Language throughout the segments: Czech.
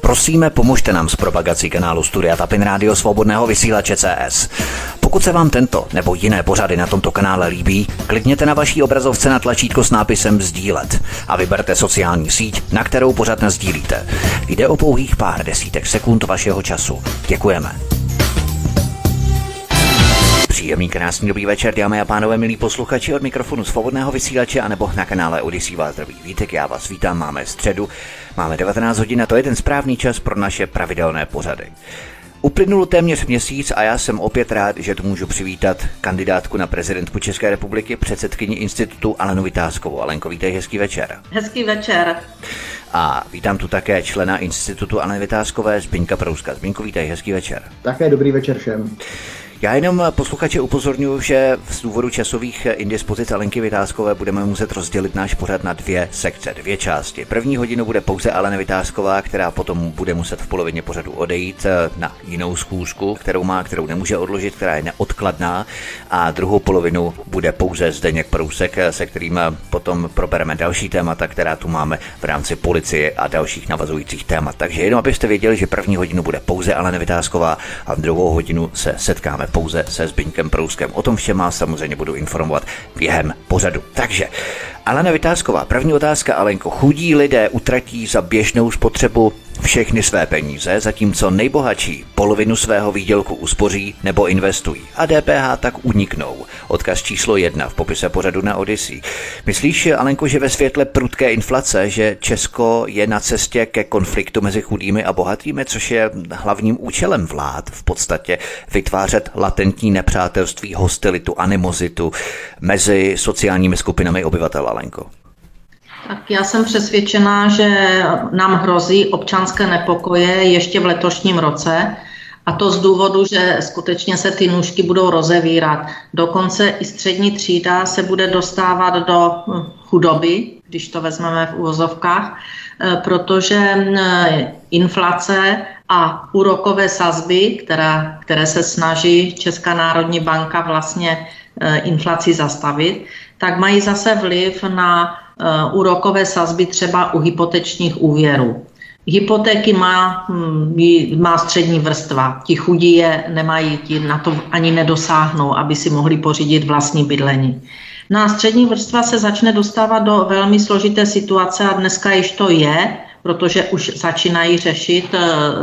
Prosíme, pomožte nám s propagací kanálu Studia Tapin Rádio Svobodného vysílače CS. Pokud se vám tento nebo jiné pořady na tomto kanále líbí, klikněte na vaší obrazovce na tlačítko s nápisem sdílet a vyberte sociální síť, na kterou pořad nasdílíte. Jde o pouhých pár desítek sekund vašeho času. Děkujeme. Příjemný, krásný dobrý večer, dámy a pánové, milí posluchači, od mikrofonu Svobodného vysílače anebo na kanále Odyssey vás zdraví Vítek, já vás vítám, máme středu, máme 19 hodin a to je ten správný čas pro naše pravidelné pořady. Uplynul téměř měsíc a já jsem opět rád, že tu můžu přivítat kandidátku na prezidentku České republiky, předsedkyni institutu Alenu Vitáskovou. Alenko, vítej, hezký večer. Hezký večer. A vítám tu také člena institutu Aleny Vitáskové, Zbyňka Prouska. Zbyňku, vítej, hezký večer. Také dobrý večer všem. Já jenom posluchače upozorňuji, že z důvodu časových indispozic Alenky Vitáskové budeme muset rozdělit náš pořad na dvě sekce, dvě části. První hodinu bude pouze Alena Vitásková, která potom bude muset v polovině pořadu odejít na jinou schůzku, kterou nemůže odložit, která je neodkladná, a druhou polovinu bude pouze Zdeněk Prousek, se kterým potom probereme další témata, která tu máme v rámci policie a dalších navazujících témat. Takže jenom abyste věděli, že první hodinu bude pouze Alena Vitásková a v druhou hodinu se setkáme pouze se Zbyňkem Prouskem. O tom všem vás samozřejmě budu informovat během pořadu. Takže Alena Vitásková, první otázka, Alenko. Chudí lidé utratí za běžnou spotřebu všechny své peníze, zatímco nejbohatší polovinu svého výdělku uspoří nebo investují. A DPH tak uniknou. Odkaz číslo 1 v popise pořadu na Odyssey. Myslíš, Alenko, že ve světle prudké inflace, že Česko je na cestě ke konfliktu mezi chudými a bohatými, což je hlavním účelem vlád v podstatě vytvářet latentní nepřátelství, hostilitu, animozitu mezi sociálními skupinami obyvatel, Alenko? Tak já jsem přesvědčená, že nám hrozí občanské nepokoje ještě v letošním roce, a to z důvodu, že skutečně se ty nůžky budou rozevírat. Dokonce i střední třída se bude dostávat do chudoby, když to vezmeme v uvozovkách, protože inflace a úrokové sazby, které se snaží Česká národní banka vlastně inflaci zastavit, tak mají zase vliv na úrokové sazby třeba u hypotečních úvěrů. Hypotéky má střední vrstva, ti chudí je nemají, ti na to ani nedosáhnou, aby si mohli pořídit vlastní bydlení. No a střední vrstva se začne dostávat do velmi složité situace a dneska již to je, protože už začínají řešit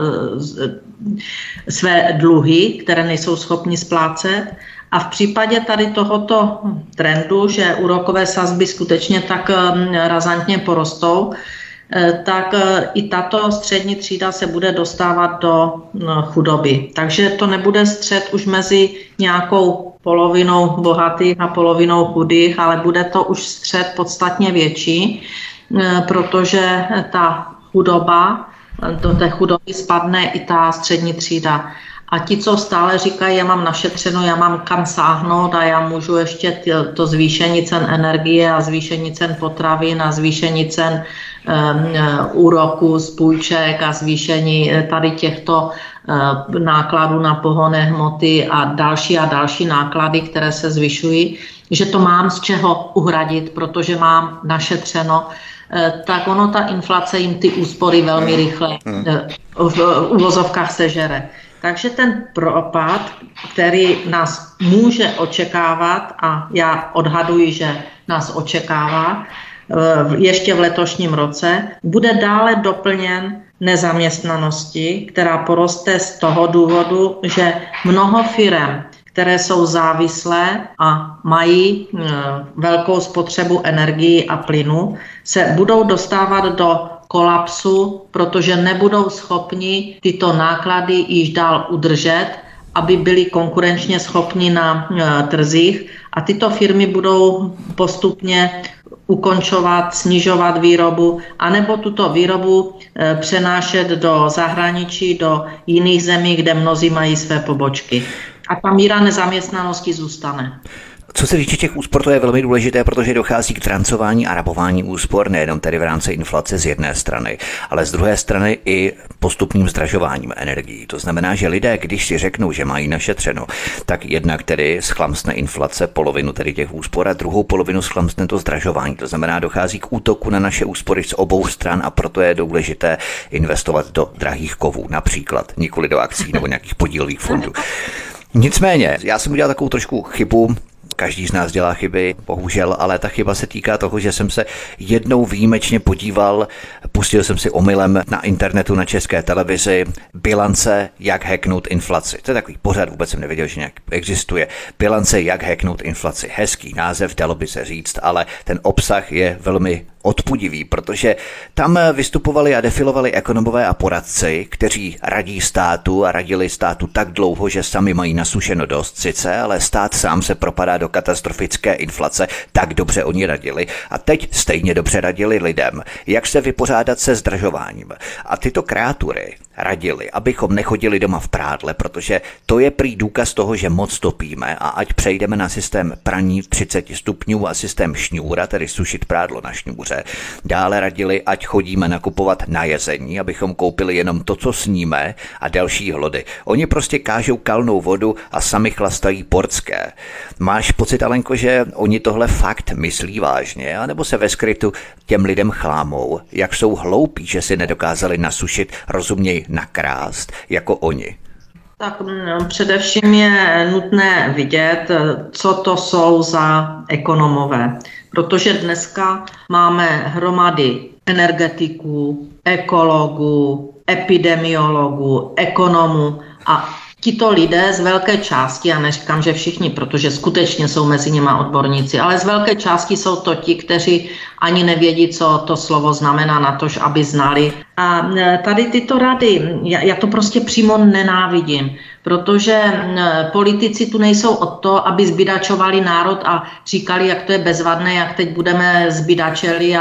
své dluhy, které nejsou schopni splácet. A v případě tady tohoto trendu, že úrokové sazby skutečně tak razantně porostou, tak i tato střední třída se bude dostávat do chudoby. Takže to nebude střet už mezi nějakou polovinou bohatých a polovinou chudých, ale bude to už střet podstatně větší, protože ta chudoba, do té chudoby spadne i ta střední třída. A ti, co stále říkají, já mám našetřeno, já mám kam sáhnout a já můžu ještě to zvýšení cen energie a zvýšení cen potravin a zvýšení cen úroků z půjček a zvýšení tady těchto nákladů na pohonné hmoty a další náklady, které se zvyšují, že to mám z čeho uhradit, protože mám našetřeno, tak ono ta inflace jim ty úspory velmi rychle v uvozovkách sežere. Takže ten propad, který nás může očekávat, a já odhaduji, že nás očekává ještě v letošním roce, bude dále doplněn nezaměstnanosti, která poroste z toho důvodu, že mnoho firem, které jsou závislé a mají velkou spotřebu energii a plynu, se budou dostávat do kolapsu, protože nebudou schopni tyto náklady již dál udržet, aby byli konkurenčně schopni na trzích, a tyto firmy budou postupně ukončovat, snižovat výrobu, anebo tuto výrobu přenášet do zahraničí, do jiných zemí, kde mnozí mají své pobočky. A ta míra nezaměstnanosti zůstane. Co se týče těch úspor, to je velmi důležité, protože dochází k drancování a rabování úspor, nejenom tedy v rámci inflace z jedné strany, ale z druhé strany i postupným zdražováním energií. To znamená, že lidé, když si řeknou, že mají našetřeno, tak jednak tedy schlamstne inflace polovinu tedy těch úspor a druhou polovinu schlamstne to zdražování. To znamená, dochází k útoku na naše úspory z obou stran a proto je důležité investovat do drahých kovů, například, nikoli do akcí nebo nějakých podílových fondů. Nicméně, já jsem udělal takovou trošku chybu. Každý z nás dělá chyby, bohužel, ale ta chyba se týká toho, že jsem se jednou výjimečně podíval, pustil jsem si omylem na internetu na České televizi bilance, jak hacknout inflaci. To je takový pořad, vůbec jsem nevěděl, že nějak existuje. Bilance, jak hacknout inflaci. Hezký název, dalo by se říct, ale ten obsah je velmi odpudivý, protože tam vystupovali a defilovali ekonomové a poradci, kteří radí státu a radili státu tak dlouho, že sami mají nasušeno dost sice, ale stát sám se propadá do katastrofické inflace, tak dobře oni radili a teď stejně dobře radili lidem, jak se vypořádat se zdražováním. A tyto kreatury radili, abychom nechodili doma v prádle, protože to je prý důkaz toho, že moc topíme a ať přejdeme na systém praní 30 stupňů a systém šňůra, tedy sušit prádlo na šňůře. Dále radili, ať chodíme nakupovat na jezení, abychom koupili jenom to, co sníme a další hlody. Oni prostě kážou kalnou vodu a sami chlastají portské. Máš pocit, Alenko, že oni tohle fakt myslí vážně, anebo se ve skrytu těm lidem chlámou, jak jsou hloupí, že si nedokázali nasušit, rozuměj nakrást, jako oni? Tak především je nutné vidět, co to jsou za ekonomové. Protože dneska máme hromady energetiků, ekologů, epidemiologů, ekonomů a tito lidé z velké části, já neříkám, že všichni, protože skutečně jsou mezi nimi odborníci, ale z velké části jsou to ti, kteří ani nevědí, co to slovo znamená, na to, aby znali. A tady tyto rady, já to prostě přímo nenávidím, protože politici tu nejsou od toho, aby zbydačovali národ a říkali, jak to je bezvadné, jak teď budeme zbydačeli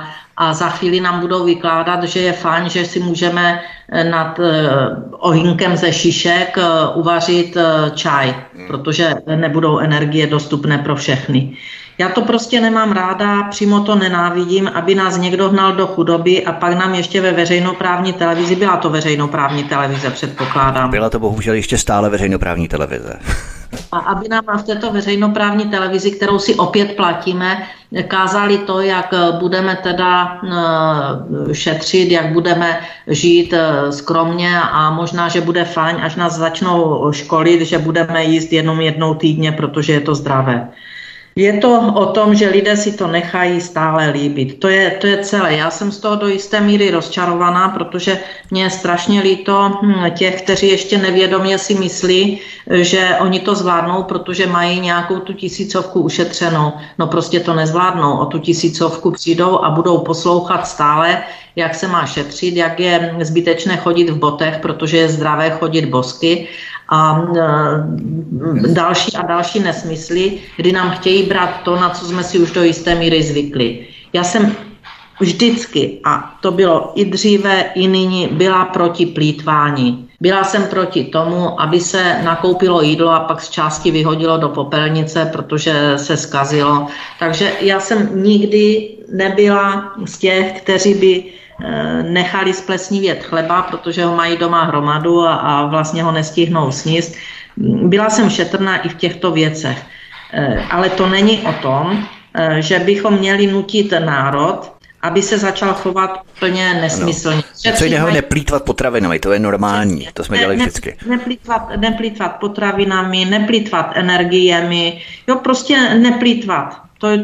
a za chvíli nám budou vykládat, že je fajn, že si můžeme nad ohýnkem ze šišek uvařit čaj, protože nebudou energie dostupné pro všechny. Já to prostě nemám ráda, přímo to nenávidím, aby nás někdo hnal do chudoby a pak nám ještě ve veřejnoprávní televizi, byla to veřejnoprávní televize, předpokládám. Byla to bohužel ještě stále veřejnoprávní televize. A aby nám v této veřejnoprávní televizi, kterou si opět platíme, kázali to, jak budeme teda šetřit, jak budeme žít skromně a možná, že bude fajn, až nás začnou školit, že budeme jíst jenom jednou týdně, protože je to zdravé. Je to o tom, že lidé si to nechají stále líbit. To je celé. Já jsem z toho do jisté míry rozčarovaná, protože mě je strašně líto těch, kteří ještě nevědomě si myslí, že oni to zvládnou, protože mají nějakou tu 1000 ušetřenou. No prostě to nezvládnou. O tu 1000 přijdou a budou poslouchat stále, jak se má šetřit, jak je zbytečné chodit v botech, protože je zdravé chodit bosky. A další a další nesmysly, kdy nám chtějí brát to, na co jsme si už do jisté míry zvykli. Já jsem vždycky, a to bylo i dříve, i nyní, byla proti plýtvání. Byla jsem proti tomu, aby se nakoupilo jídlo a pak z části vyhodilo do popelnice, protože se zkazilo. Takže já jsem nikdy nebyla z těch, kteří by nechali splesnivět chleba, protože ho mají doma hromadu a vlastně ho nestihnou sníst. Byla jsem šetrná i v těchto věcech. Ale to není o tom, že bychom měli nutit národ, aby se začal chovat úplně nesmyslně. Co jiného neplýtvat potravinami, to je normální, to jsme dělali vždycky. Neplýtvat potravinami, neplýtvat energiemi, jo, prostě neplýtvat.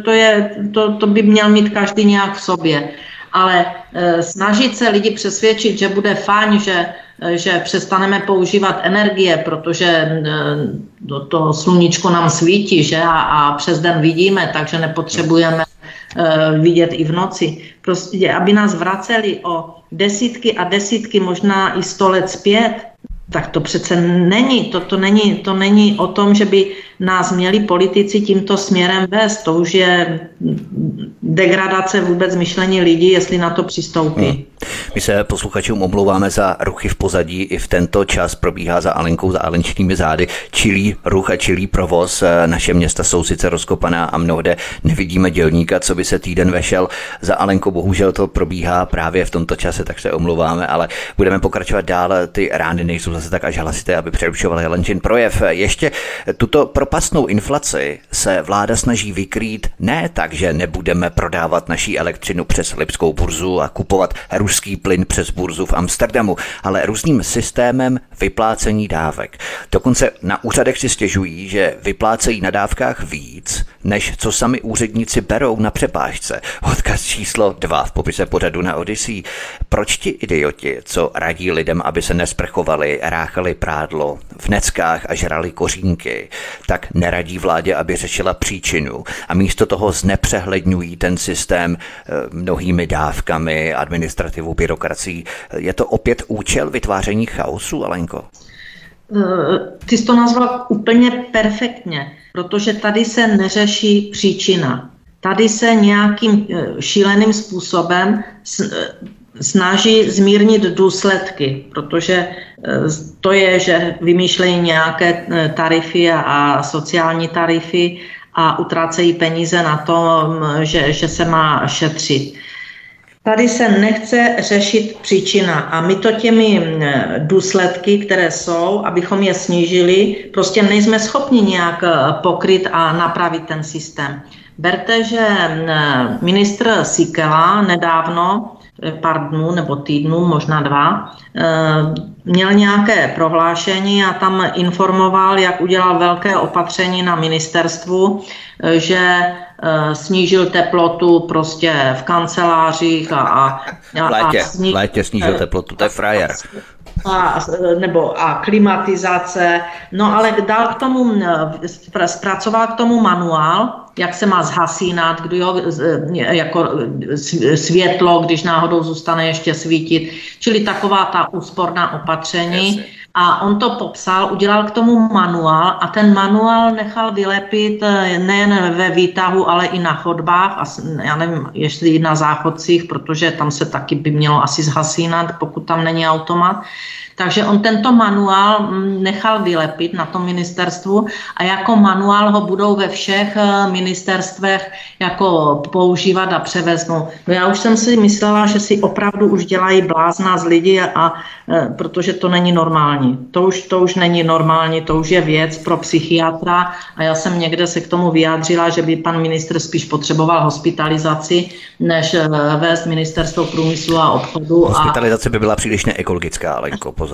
To by měl mít každý nějak v sobě. Ale snažit se lidi přesvědčit, že bude fajn, že přestaneme používat energie, protože to sluníčko nám svítí, že? A přes den vidíme, takže nepotřebujeme vidět i v noci. Prostě, aby nás vraceli o desítky a desítky, možná i 100 let zpět, tak to přece není. To není o tom, že by nás měli politici tímto směrem vést. To už je degradace vůbec myšlení lidí, jestli na to přistoupí. My se posluchačům omlouváme za ruchy v pozadí. I v tento čas probíhá za Alenkou, za Alenčnými zády čilý ruch a čilý provoz. Naše města jsou sice rozkopaná a mnohde nevidíme dělníka, co by se týden vešel. Za Alenkou bohužel to probíhá právě v tomto čase, tak se omlouváme, ale budeme pokračovat dál. Ty rány nejsou zase tak až hlasité, aby přerušoval Helenčin projev. Ještě tuto propastnou inflaci se vláda snaží vykrýt ne tak, že nebudeme prodávat naší elektřinu přes lipskou burzu a kupovat ruský plyn přes burzu v Amsterdamu, ale různým systémem vyplácení dávek. Dokonce na úřadech si stěžují, že vyplácejí na dávkách víc, než co sami úředníci berou na přepážce. Odkaz číslo 2 v popise pořadu na Odyssey. Proč ti idioti, co radí lidem, aby se nesprchovali, ráchali prádlo v neckách a žrali kořínky, tak neradí vládě, aby řešila příčinu a místo toho znepřehledňují ten systém mnohými dávkami, administrativou, byrokracií. Je to opět účel vytváření chaosu, Alenko? Ty jsi to nazval úplně perfektně, protože tady se neřeší příčina. Tady se nějakým šíleným způsobem snaží zmírnit důsledky, protože to je, že vymýšlejí nějaké tarify a sociální tarify a utrácejí peníze na tom, že se má šetřit. Tady se nechce řešit příčina a my to těmi důsledky, které jsou, abychom je snížili, prostě nejsme schopni nějak pokryt a napravit ten systém. Berte, že ministr Síkela nedávno, pár dnů nebo týdnů, možná 2, měl nějaké prohlášení a tam informoval, jak udělal velké opatření na ministerstvu, že snížil teplotu prostě v kancelářích v létě snížil teplotu, to je frajer. A klimatizace, no ale dal k tomu, zpracoval k tomu manuál, jak se má zhasínat, jako světlo, když náhodou zůstane ještě svítit, čili taková ta úsporná opatření. A on to popsal, udělal k tomu manuál a ten manuál nechal vylepit nejen ve výtahu, ale i na chodbách a já nevím, jestli i na záchodcích, protože tam se taky by mělo asi zhasínat, pokud tam není automat. Takže on tento manuál nechal vylepit na tom ministerstvu a jako manuál ho budou ve všech ministerstvech jako používat a převezmou. No já už jsem si myslela, že si opravdu už dělají blázna z lidí protože to není normální. To už není normální, to už je věc pro psychiatra a já jsem někde se k tomu vyjádřila, že by pan ministr spíš potřeboval hospitalizaci, než vést ministerstvo průmyslu a obchodu. Hospitalizace by byla příliš neekologická, Alenko, pozor.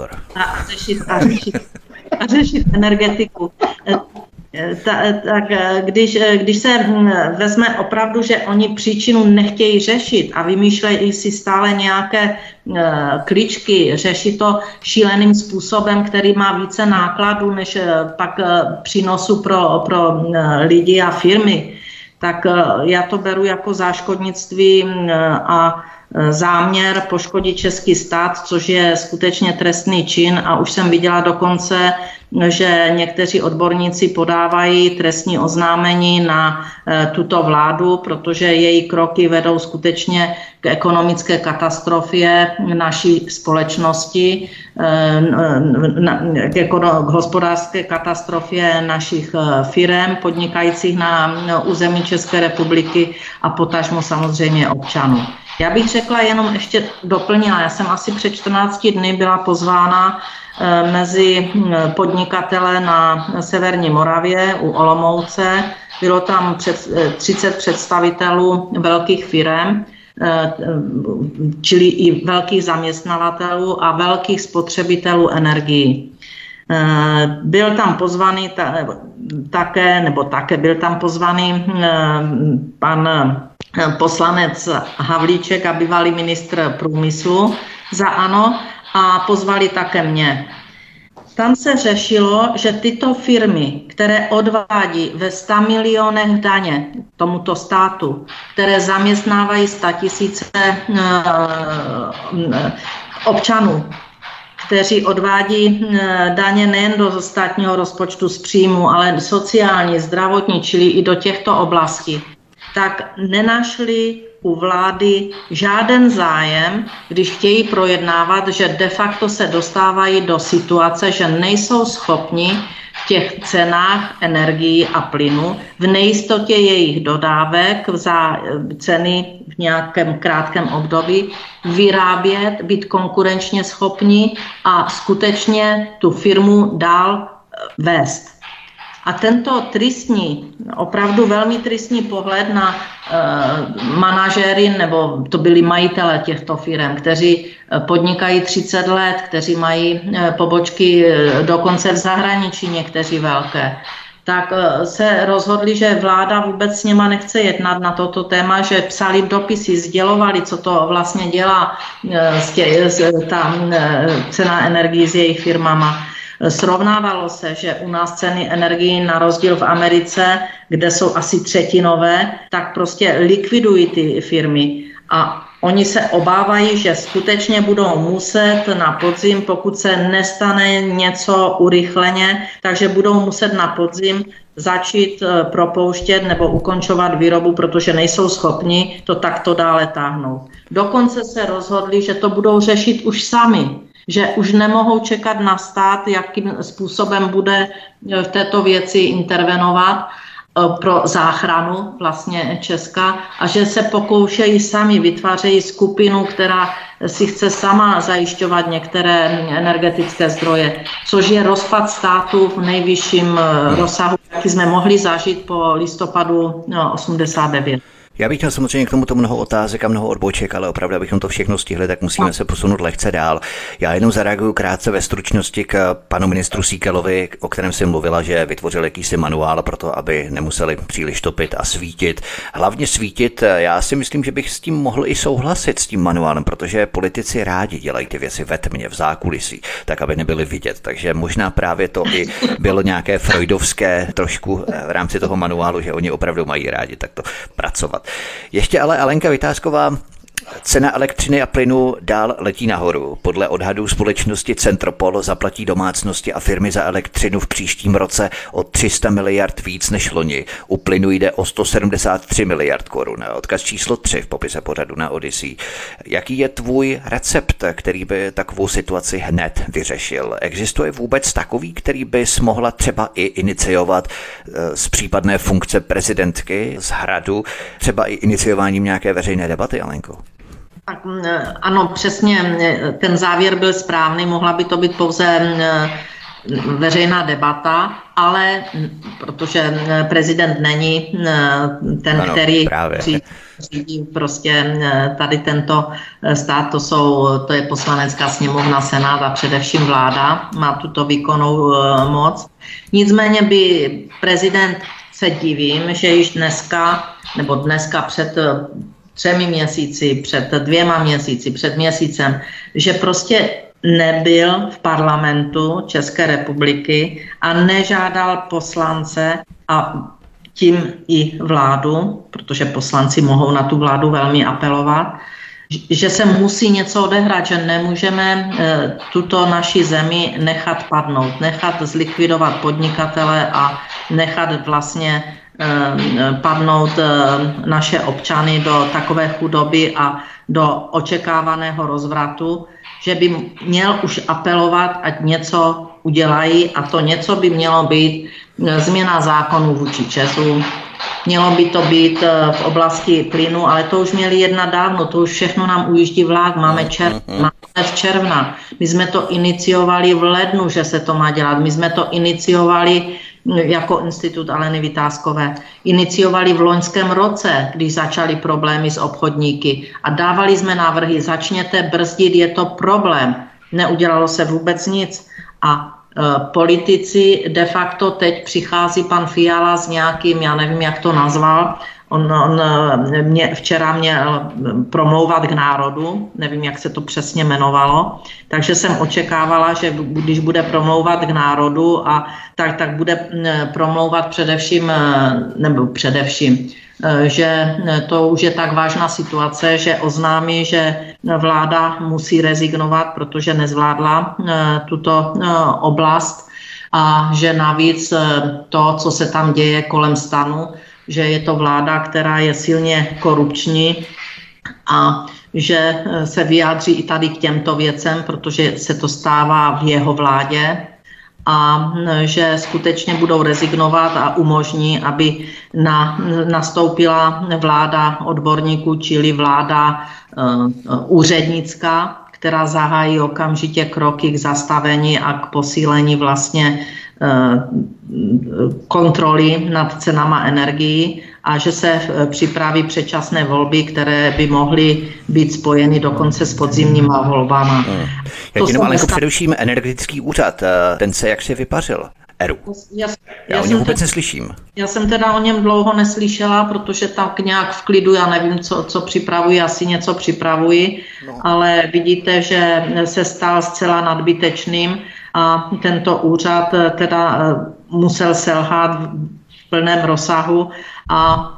A řešit energetiku. Tak když se vezme opravdu, že oni příčinu nechtějí řešit a vymýšlejí si stále nějaké kličky, řešit to šíleným způsobem, který má více nákladů, než pak přínosu pro lidi a firmy, tak já to beru jako záškodnictví a záměr poškodit český stát, což je skutečně trestný čin a už jsem viděla dokonce, že někteří odborníci podávají trestní oznámení na tuto vládu, protože její kroky vedou skutečně k ekonomické katastrofě naší společnosti, k hospodářské katastrofě našich firem podnikajících na území České republiky a potažmo samozřejmě občanů. Já bych řekla, jenom ještě doplnila, já jsem asi před 14 dny byla pozvána mezi podnikatele na Severní Moravě u Olomouce. Bylo tam 30 představitelů velkých firem, čili i velkých zaměstnavatelů a velkých spotřebitelů energií. Byl tam pozvaný byl tam pozvaný pan poslanec Havlíček a bývalý ministr průmyslu za ANO a pozvali také mě. Tam se řešilo, že tyto firmy, které odvádí ve 100 milionech daně tomuto státu, které zaměstnávají 100 000 občanů, kteří odvádí daně nejen do státního rozpočtu z příjmu, ale sociální, zdravotní, čili i do těchto oblastí, tak nenašli u vlády žáden zájem, když chtějí projednávat, že de facto se dostávají do situace, že nejsou schopni v těch cenách energií a plynu, v nejistotě jejich dodávek za ceny v nějakém krátkém období vyrábět, být konkurenčně schopní a skutečně tu firmu dál vést. A tento tristní, opravdu velmi tristní pohled na manažéry, nebo to byli majitele těchto firm, kteří podnikají 30 let, kteří mají pobočky dokonce v zahraničí, někteří velké, tak se rozhodli, že vláda vůbec s něma nechce jednat na toto téma, že psali dopisy, sdělovali, co to vlastně dělá ta cena energií s jejich firmama. Srovnávalo se, že u nás ceny energií na rozdíl v Americe, kde jsou asi třetinové, tak prostě likvidují ty firmy. A oni se obávají, že skutečně budou muset na podzim, pokud se nestane něco urychleně, takže budou muset na podzim začít propouštět nebo ukončovat výrobu, protože nejsou schopni to takto dále táhnout. Dokonce se rozhodli, že to budou řešit už sami, že už nemohou čekat na stát, jakým způsobem bude v této věci intervenovat pro záchranu vlastně Česka a že se pokoušejí sami, vytvářejí skupinu, která si chce sama zajišťovat některé energetické zdroje, což je rozpad státu v nejvyšším rozsahu, jaký jsme mohli zažít po listopadu 89. Já bych měl samozřejmě k tomuto mnoho otázek a mnoho odboček, ale opravdu, abychom to všechno stihli, tak musíme se posunout lehce dál. Já jenom zareaguju krátce ve stručnosti k panu ministru Síkelovi, o kterém jsem mluvila, že vytvořil jakýsi manuál pro to, aby nemuseli příliš topit a svítit. Hlavně svítit, já si myslím, že bych s tím mohl i souhlasit s tím manuálem, protože politici rádi dělají ty věci ve tmě, v zákulisí, tak aby nebyly vidět. Takže možná právě to i bylo nějaké freudovské trošku v rámci toho manuálu, že oni opravdu mají rádi takto pracovat. Ještě ale Alenka Vitásková, cena elektřiny a plynu dál letí nahoru. Podle odhadů společnosti Centropol zaplatí domácnosti a firmy za elektřinu v příštím roce o 300 miliard víc než loni. U plynu jde o 173 miliard korun. Odkaz číslo 3 v popise pořadu na Odyssey. Jaký je tvůj recept, který by takovou situaci hned vyřešil? Existuje vůbec takový, který bys mohla třeba i iniciovat z případné funkce prezidentky z Hradu, třeba i iniciováním nějaké veřejné debaty, Alenko? Tak, ano, přesně, ten závěr byl správný, mohla by to být pouze veřejná debata, ale protože prezident není ten, ano, který řídí prostě tady tento stát, to je Poslanecká sněmovna, Senát a především vláda má tuto výkonnou moc. Nicméně by prezident, se divím, že již dneska před 3 měsíci, před 2 měsíci, před měsícem, že prostě nebyl v parlamentu České republiky a nežádal poslance a tím i vládu, protože poslanci mohou na tu vládu velmi apelovat, že se musí něco odehrát, že nemůžeme tuto naši zemi nechat padnout, nechat zlikvidovat podnikatele a nechat vlastně padnout naše občany do takové chudoby a do očekávaného rozvratu, že by měl už apelovat, ať něco udělají, a to něco by mělo být změna zákonů vůči ČEZu, mělo by to být v oblasti plynu, ale to už měli jednat dávno, to už všechno nám ujíždí vlák, máme června. My jsme to iniciovali v lednu, že se to má dělat, my jsme to iniciovali jako institut Aleny Vitáskové. Iniciovali v loňském roce, když začaly problémy s obchodníky a dávali jsme návrhy, začněte brzdit, je to problém. Neudělalo se vůbec nic a politici de facto teď přichází pan Fiala s nějakým, já nevím, jak to nazval, On včera měl promlouvat k národu, nevím, jak se to přesně jmenovalo, takže jsem očekávala, že když bude promlouvat k národu, tak bude promlouvat především, že to už je tak vážná situace, že oznámí, že vláda musí rezignovat, protože nezvládla tuto oblast a že navíc to, co se tam děje kolem stanu, že je to vláda, která je silně korupční a že se vyjádří i tady k těmto věcem, protože se to stává v jeho vládě a že skutečně budou rezignovat a umožní, aby nastoupila vláda odborníků, čili vláda úřednická, která zahájí okamžitě kroky k zastavení a k posílení vlastně kontroly nad cenama energií a že se připraví předčasné volby, které by mohly být spojeny dokonce s podzimníma volbama. Já ti jenom především energetický úřad, ten se jak se vypařil? Já o něm vůbec neslyším. Já jsem teda o něm dlouho neslyšela, protože tak nějak v klidu, já nevím, co připravuji, asi něco připravuji, ale vidíte, že se stal zcela nadbytečným a tento úřad teda musel selhat v plném rozsahu a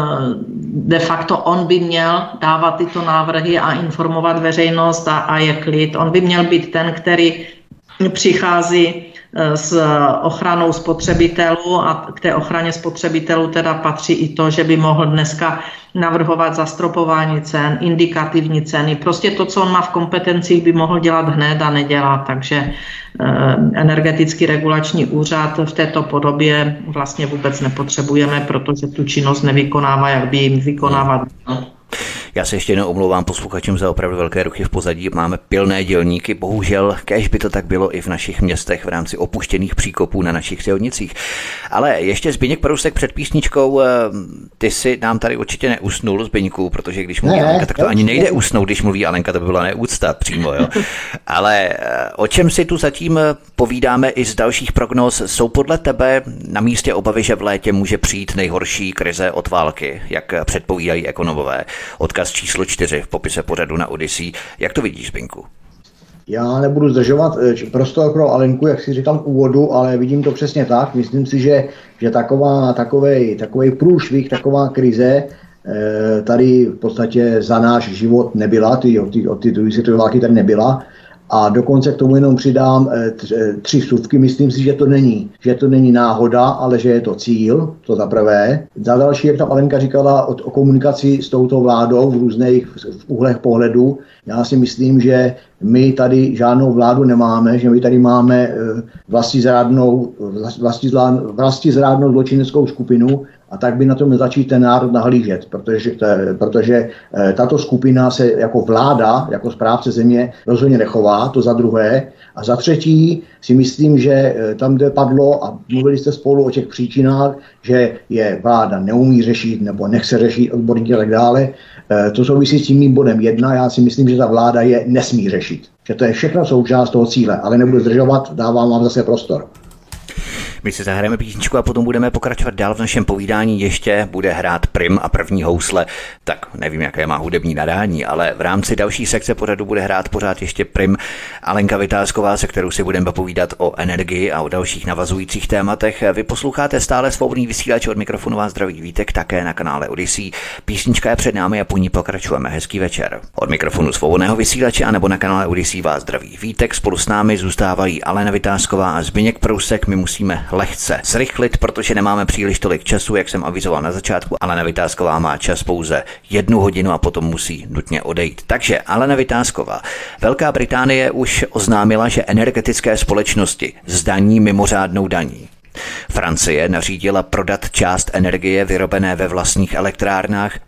de facto on by měl dávat tyto návrhy a informovat veřejnost a je klid. On by měl být ten, který přichází s ochranou spotřebitelů a k té ochraně spotřebitelů teda patří i to, že by mohl dneska navrhovat zastropování cen, indikativní ceny. Prostě to, co on má v kompetencích, by mohl dělat hned a nedělat. Takže energetický regulační úřad v této podobě vlastně vůbec nepotřebujeme, protože tu činnost nevykonává, jak by jim vykonávat. Já se ještě jednou omlouvám posluchačům za opravdu velké ruchy v pozadí. Máme pilné dělníky, bohužel, kéž by to tak bylo i v našich městech v rámci opuštěných příkopů na našich silnicích. Ale ještě Zbyněk Prousek před písničkou, ty si nám tady určitě neusnul, Zbyňku, protože když mluví Alenka, tak to ani nejde usnout, když mluví Alenka, to by byla neúcta přímo, jo. Ale o čem si tu zatím povídáme i z dalších prognóz, jsou podle tebe na místě obavy, že v létě může přijít nejhorší krize od války, jak předpovídají ekonomové? Odkaz číslo 4 v popise pořadu na Odyssey. Jak to vidíš, Zbyňku? Já nebudu zdržovat prostor pro Alenku, jak si říkám v úvodu, ale vidím to přesně tak. Myslím si, že takovej průšvih, taková krize tady v podstatě za náš život nebyla, od té druhé světové války tady nebyla. A dokonce k tomu jenom přidám 3 vsuvky. Myslím si, že to není náhoda, ale že je to cíl, to za prvé. Za další, jak tam Alenka říkala o komunikaci s touto vládou v různých úhlech pohledu. Já si myslím, že my tady žádnou vládu nemáme, že my tady máme vlastizrádnou zločineckou skupinu a tak by na to měl začít ten národ nahlížet, protože tato skupina se jako vláda, jako správce země rozhodně nechová, to za druhé. A za třetí si myslím, že tam, kde padlo, a mluvili jste spolu o těch příčinách, že je vláda neumí řešit nebo nechce řešit odborníky a tak dále, to souvisí s tím mým bodem 1. Já si myslím, že ta vláda je nesmí řešit. Že to je všechno součást toho cíle, ale nebudu zdržovat, dávám vám zase prostor. My si zahrajeme písničku a potom budeme pokračovat dál v našem povídání. Ještě bude hrát Prim a První housle. Tak nevím, jaké má hudební nadání, ale v rámci další sekce pořadu bude hrát pořád ještě Prim. Alenka Vytázková, se kterou si budeme povídat o energii a o dalších navazujících tématech. Vy posloucháte stále Svobodný vysílač, od mikrofonu vás zdraví Vítek, také na kanále Odyssey. Písnička je před námi a po ní pokračujeme. Hezký večer. Od mikrofonu Svobodného vysílače a nebo na kanále Odyssey vás zdraví Vítek. Spolu s námi zůstávají Alena Vytázková a Zbyněk Prousek. My musíme lehce zrychlit, protože nemáme příliš tolik času, jak jsem avizoval na začátku. Alena Vytázková má čas pouze 1 hodinu a potom musí nutně odejít. Takže Alena Vytázková. Velká Británie už oznámila, že energetické společnosti zdaní mimořádnou daní. Francie nařídila prodat část energie vyrobené ve vlastních elektrárnách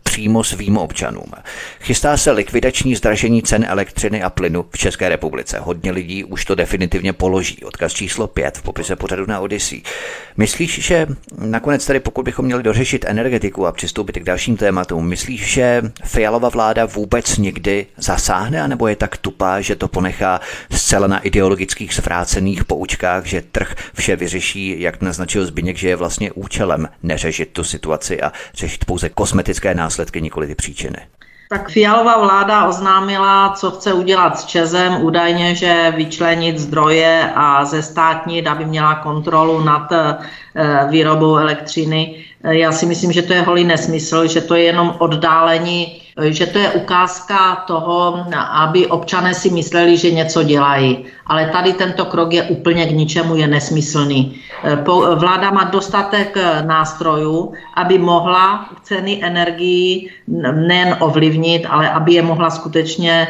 přímo svým občanům. Chystá se likvidační zdražení cen elektřiny a plynu v České republice. Hodně lidí už to definitivně položí. Odkaz číslo 5 v popise pořadu na Odyssey. Myslíš, že nakonec tady, pokud bychom měli dořešit energetiku a přistoupit k dalším tématům, myslíš, že Fialova vláda vůbec někdy zasáhne, anebo je tak tupá, že to ponechá zcela na ideologických zvrácených poučkách, že trh vše vyřeší, jak naznačil Zbyněk, že je vlastně účelem neřešit tu situaci a řešit pouze kosmetické následky, nikoli ty příčiny? Tak Fialova vláda oznámila, co chce udělat s ČEZem, údajně, že vyčlenit zdroje a zestátnit, aby měla kontrolu nad výrobou elektřiny. Já si myslím, že to je holý nesmysl, že to je jenom oddálení, že to je ukázka toho, aby občané si mysleli, že něco dělají. Ale tady tento krok je úplně k ničemu, je nesmyslný. Vláda má dostatek nástrojů, aby mohla ceny energií nejen ovlivnit, ale aby je mohla skutečně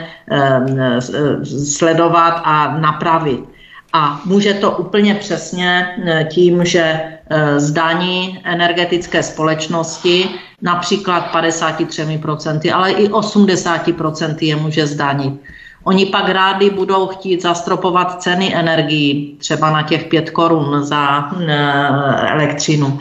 sledovat a napravit. A může to úplně přesně tím, že zdaní energetické společnosti například 53%, ale i 80% je může zdanit. Oni pak rádi budou chtít zastropovat ceny energií, třeba na těch 5 korun za elektřinu.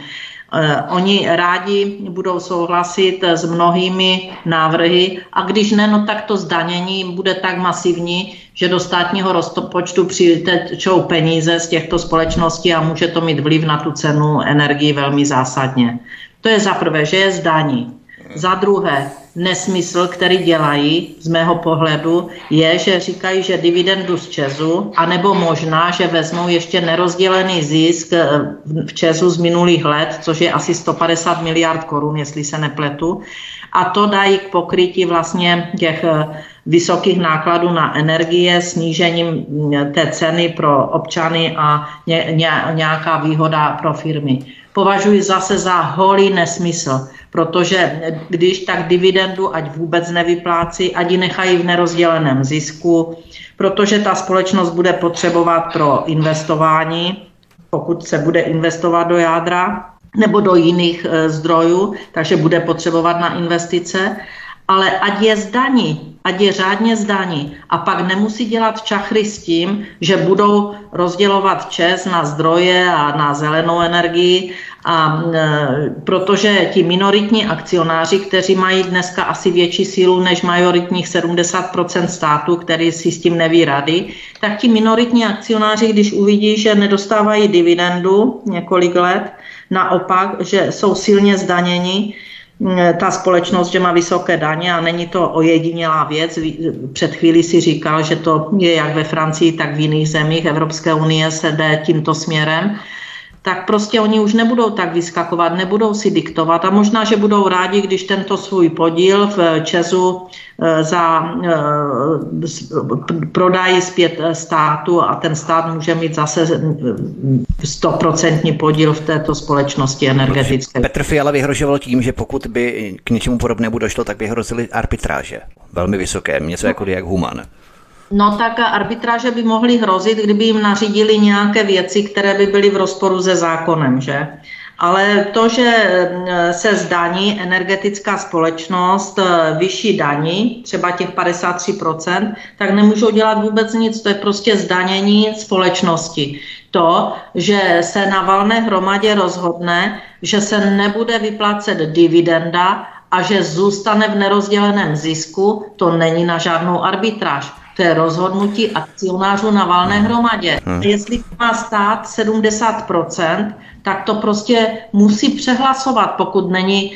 Oni rádi budou souhlasit s mnohými návrhy a když ne, no tak to zdanění bude tak masivní, že do státního rozpočtu přitečou peníze z těchto společností a může to mít vliv na tu cenu energii velmi zásadně. To je za prvé, že je zdaní. Za druhé, nesmysl, který dělají z mého pohledu, je, že říkají, že dividendu z ČEZu, anebo možná, že vezmou ještě nerozdělený zisk v ČEZu z minulých let, což je asi 150 miliard korun, jestli se nepletu, a to dají k pokrytí vlastně těch vysokých nákladů na energie, snížením té ceny pro občany a nějaká výhoda pro firmy. Považuji zase za holý nesmysl, protože když tak dividendu ať vůbec nevyplácí, ať ji nechají v nerozděleném zisku, protože ta společnost bude potřebovat pro investování, pokud se bude investovat do jádra nebo do jiných zdrojů, takže bude potřebovat na investice, ale ať je zdaní, ať je řádně zdaní a pak nemusí dělat čachry s tím, že budou rozdělovat ČEZ na zdroje a na zelenou energii, a protože ti minoritní akcionáři, kteří mají dneska asi větší sílu než majoritních 70% států, který si s tím neví rady, tak ti minoritní akcionáři, když uvidí, že nedostávají dividendu několik let, naopak, že jsou silně zdaněni, ta společnost, že má vysoké daně a není to ojedinělá věc. Před chvílí si říkal, že to je jak ve Francii, tak v jiných zemích Evropské unie se jde tímto směrem. Tak prostě oni už nebudou tak vyskakovat, nebudou si diktovat a možná, že budou rádi, když tento svůj podíl v ČEZu prodají zpět státu a ten stát může mít zase 100% podíl v této společnosti energetické. Petr Fiala vyhrožoval tím, že pokud by k něčemu podobnému došlo, tak by hrozily arbitráže. Velmi vysoké, něco jako jak Human. No tak arbitráže by mohly hrozit, kdyby jim nařídili nějaké věci, které by byly v rozporu se zákonem, že? Ale to, že se zdaní energetická společnost vyšší daní, třeba těch 53%, tak nemůžou dělat vůbec nic, to je prostě zdanění společnosti. To, že se na valné hromadě rozhodne, že se nebude vyplácet dividenda a že zůstane v nerozděleném zisku, to není na žádnou arbitráž. To je rozhodnutí akcionářů na valné hromadě. Jestli má stát 70%, tak to prostě musí přehlasovat, pokud není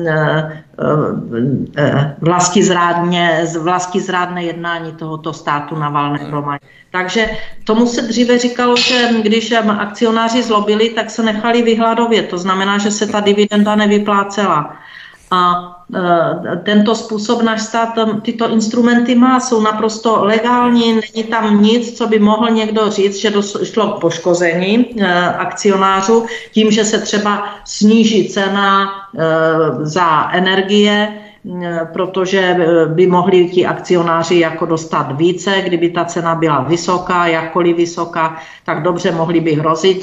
vlastizrádné jednání tohoto státu na valné hromadě. Takže tomu se dříve říkalo, že když akcionáři zlobili, tak se nechali vyhladovět. To znamená, že se ta dividenda nevyplácela. A tento způsob náš stát tyto instrumenty má, jsou naprosto legální, není tam nic, co by mohl někdo říct, že došlo k poškození akcionářů tím, že se třeba sníží cena za energie, protože by mohli ti akcionáři jako dostat více, kdyby ta cena byla vysoká, jakkoliv vysoká, tak dobře mohli by hrozit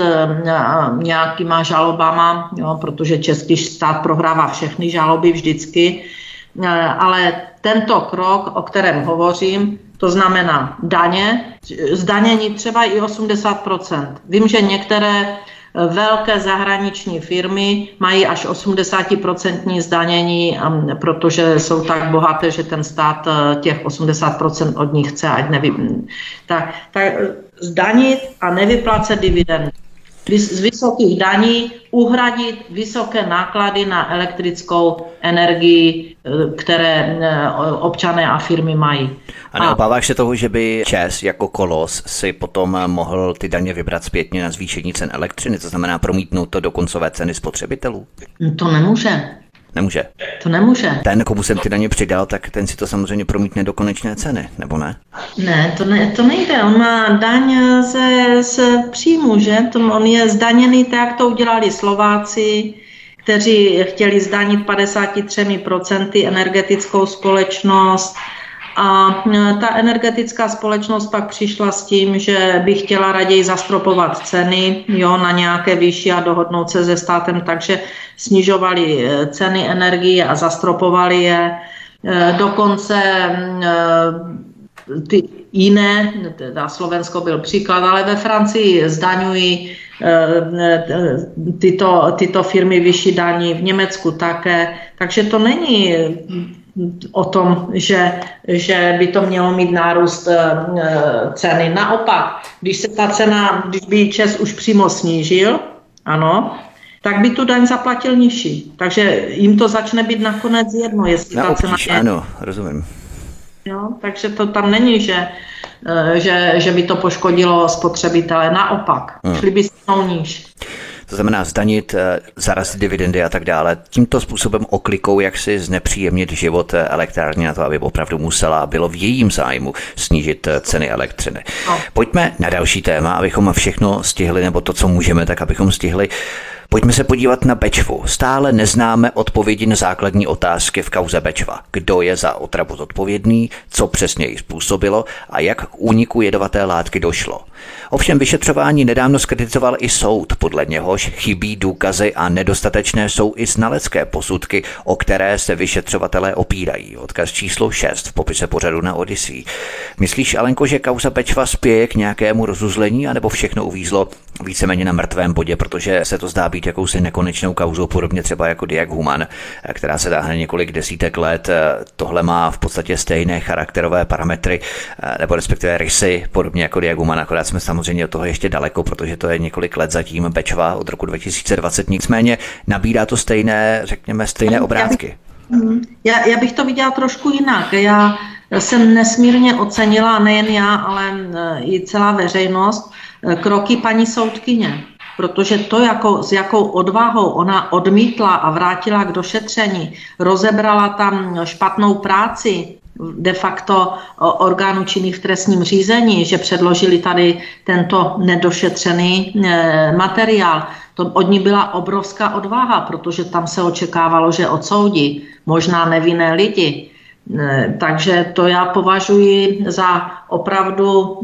nějakýma žalobama, jo, protože český stát prohrává všechny žaloby vždycky, ale tento krok, o kterém hovořím, to znamená daně, zdanění třeba i 80%. Vím, že některé velké zahraniční firmy mají až 80% zdanění, protože jsou tak bohaté, že ten stát těch 80% od nich chce, ať nevím. Tak zdanit a nevyplácet dividendy. Z vysokých daní uhradit vysoké náklady na elektrickou energii, které občané a firmy mají. A neobáváš se toho, že by ČEZ jako kolos si potom mohl ty daně vybrat zpětně na zvýšení cen elektřiny, to znamená promítnout to do koncové ceny spotřebitelů? To nemůže. Nemůže. To nemůže. Ten, komu jsem ty daně přidal, tak ten si to samozřejmě promítne do konečné ceny, nebo ne? Ne, to nejde. On má daň z příjmu, že? On je zdaněný tak, jak to udělali Slováci, kteří chtěli zdanit 53% energetickou společnost. A ta energetická společnost pak přišla s tím, že by chtěla raději zastropovat ceny na nějaké vyšší a dohodnout se se státem, takže snižovali ceny energie a zastropovali je. Dokonce ty jiné, teda Slovensko byl příklad, ale ve Francii zdaňují tyto firmy vyšší daní, v Německu také, takže to není o tom, že by to mělo mít nárůst ceny. Naopak, když by ČEZ už přímo snížil, ano, tak by tu daň zaplatil nižší. Takže jim to začne být nakonec jedno, jestli ta cena je. Ano, rozumím. Jo, takže to tam není, že by to poškodilo spotřebitele. Naopak, šli by se níž. To znamená zdanit, zarazit dividendy a tak dále. Tímto způsobem oklikou, jak si znepříjemnit život elektrárně na to, aby opravdu musela a bylo v jejím zájmu snížit ceny elektřiny. No. Pojďme na další téma, abychom všechno stihli, nebo to, co můžeme, tak abychom stihli. Pojďme se podívat na Bečvu. Stále neznáme odpovědi na základní otázky v kauze Bečva. Kdo je za otravu zodpovědný, co přesně ji způsobilo a jak k úniku jedovaté látky došlo. Ovšem vyšetřování nedávno zkritizoval i soud, podle něhož chybí důkazy a nedostatečné jsou i znalecké posudky, o které se vyšetřovatelé opírají. Odkaz číslo 6 v popise pořadu na Odyssey. Myslíš, Alenko, že kauza Bečva spěje k nějakému rozuzlení, anebo všechno uvízlo víceméně na mrtvém bodě, protože se to zdá být jakousi nekonečnou kauzou, podobně třeba jako Diag Human, která se táhne několik desítek let. Tohle má v podstatě stejné charakterové parametry, nebo respektive rysy, podobně jako Diag Human, akorát jsme samozřejmě od toho ještě daleko, protože to je několik let zatím Bečva od roku 2020. Nicméně nabírá to stejné obrázky. Já bych to viděla trošku jinak. Já jsem nesmírně ocenila, nejen já, ale i celá veřejnost, kroky paní soudkyně. Protože to, s jakou odvahou ona odmítla a vrátila k došetření, rozebrala tam špatnou práci de facto orgánů činných v trestním řízení, že předložili tady tento nedošetřený materiál. To od ní byla obrovská odvaha, protože tam se očekávalo, že odsoudí možná nevinné lidi. Takže to já považuji za opravdu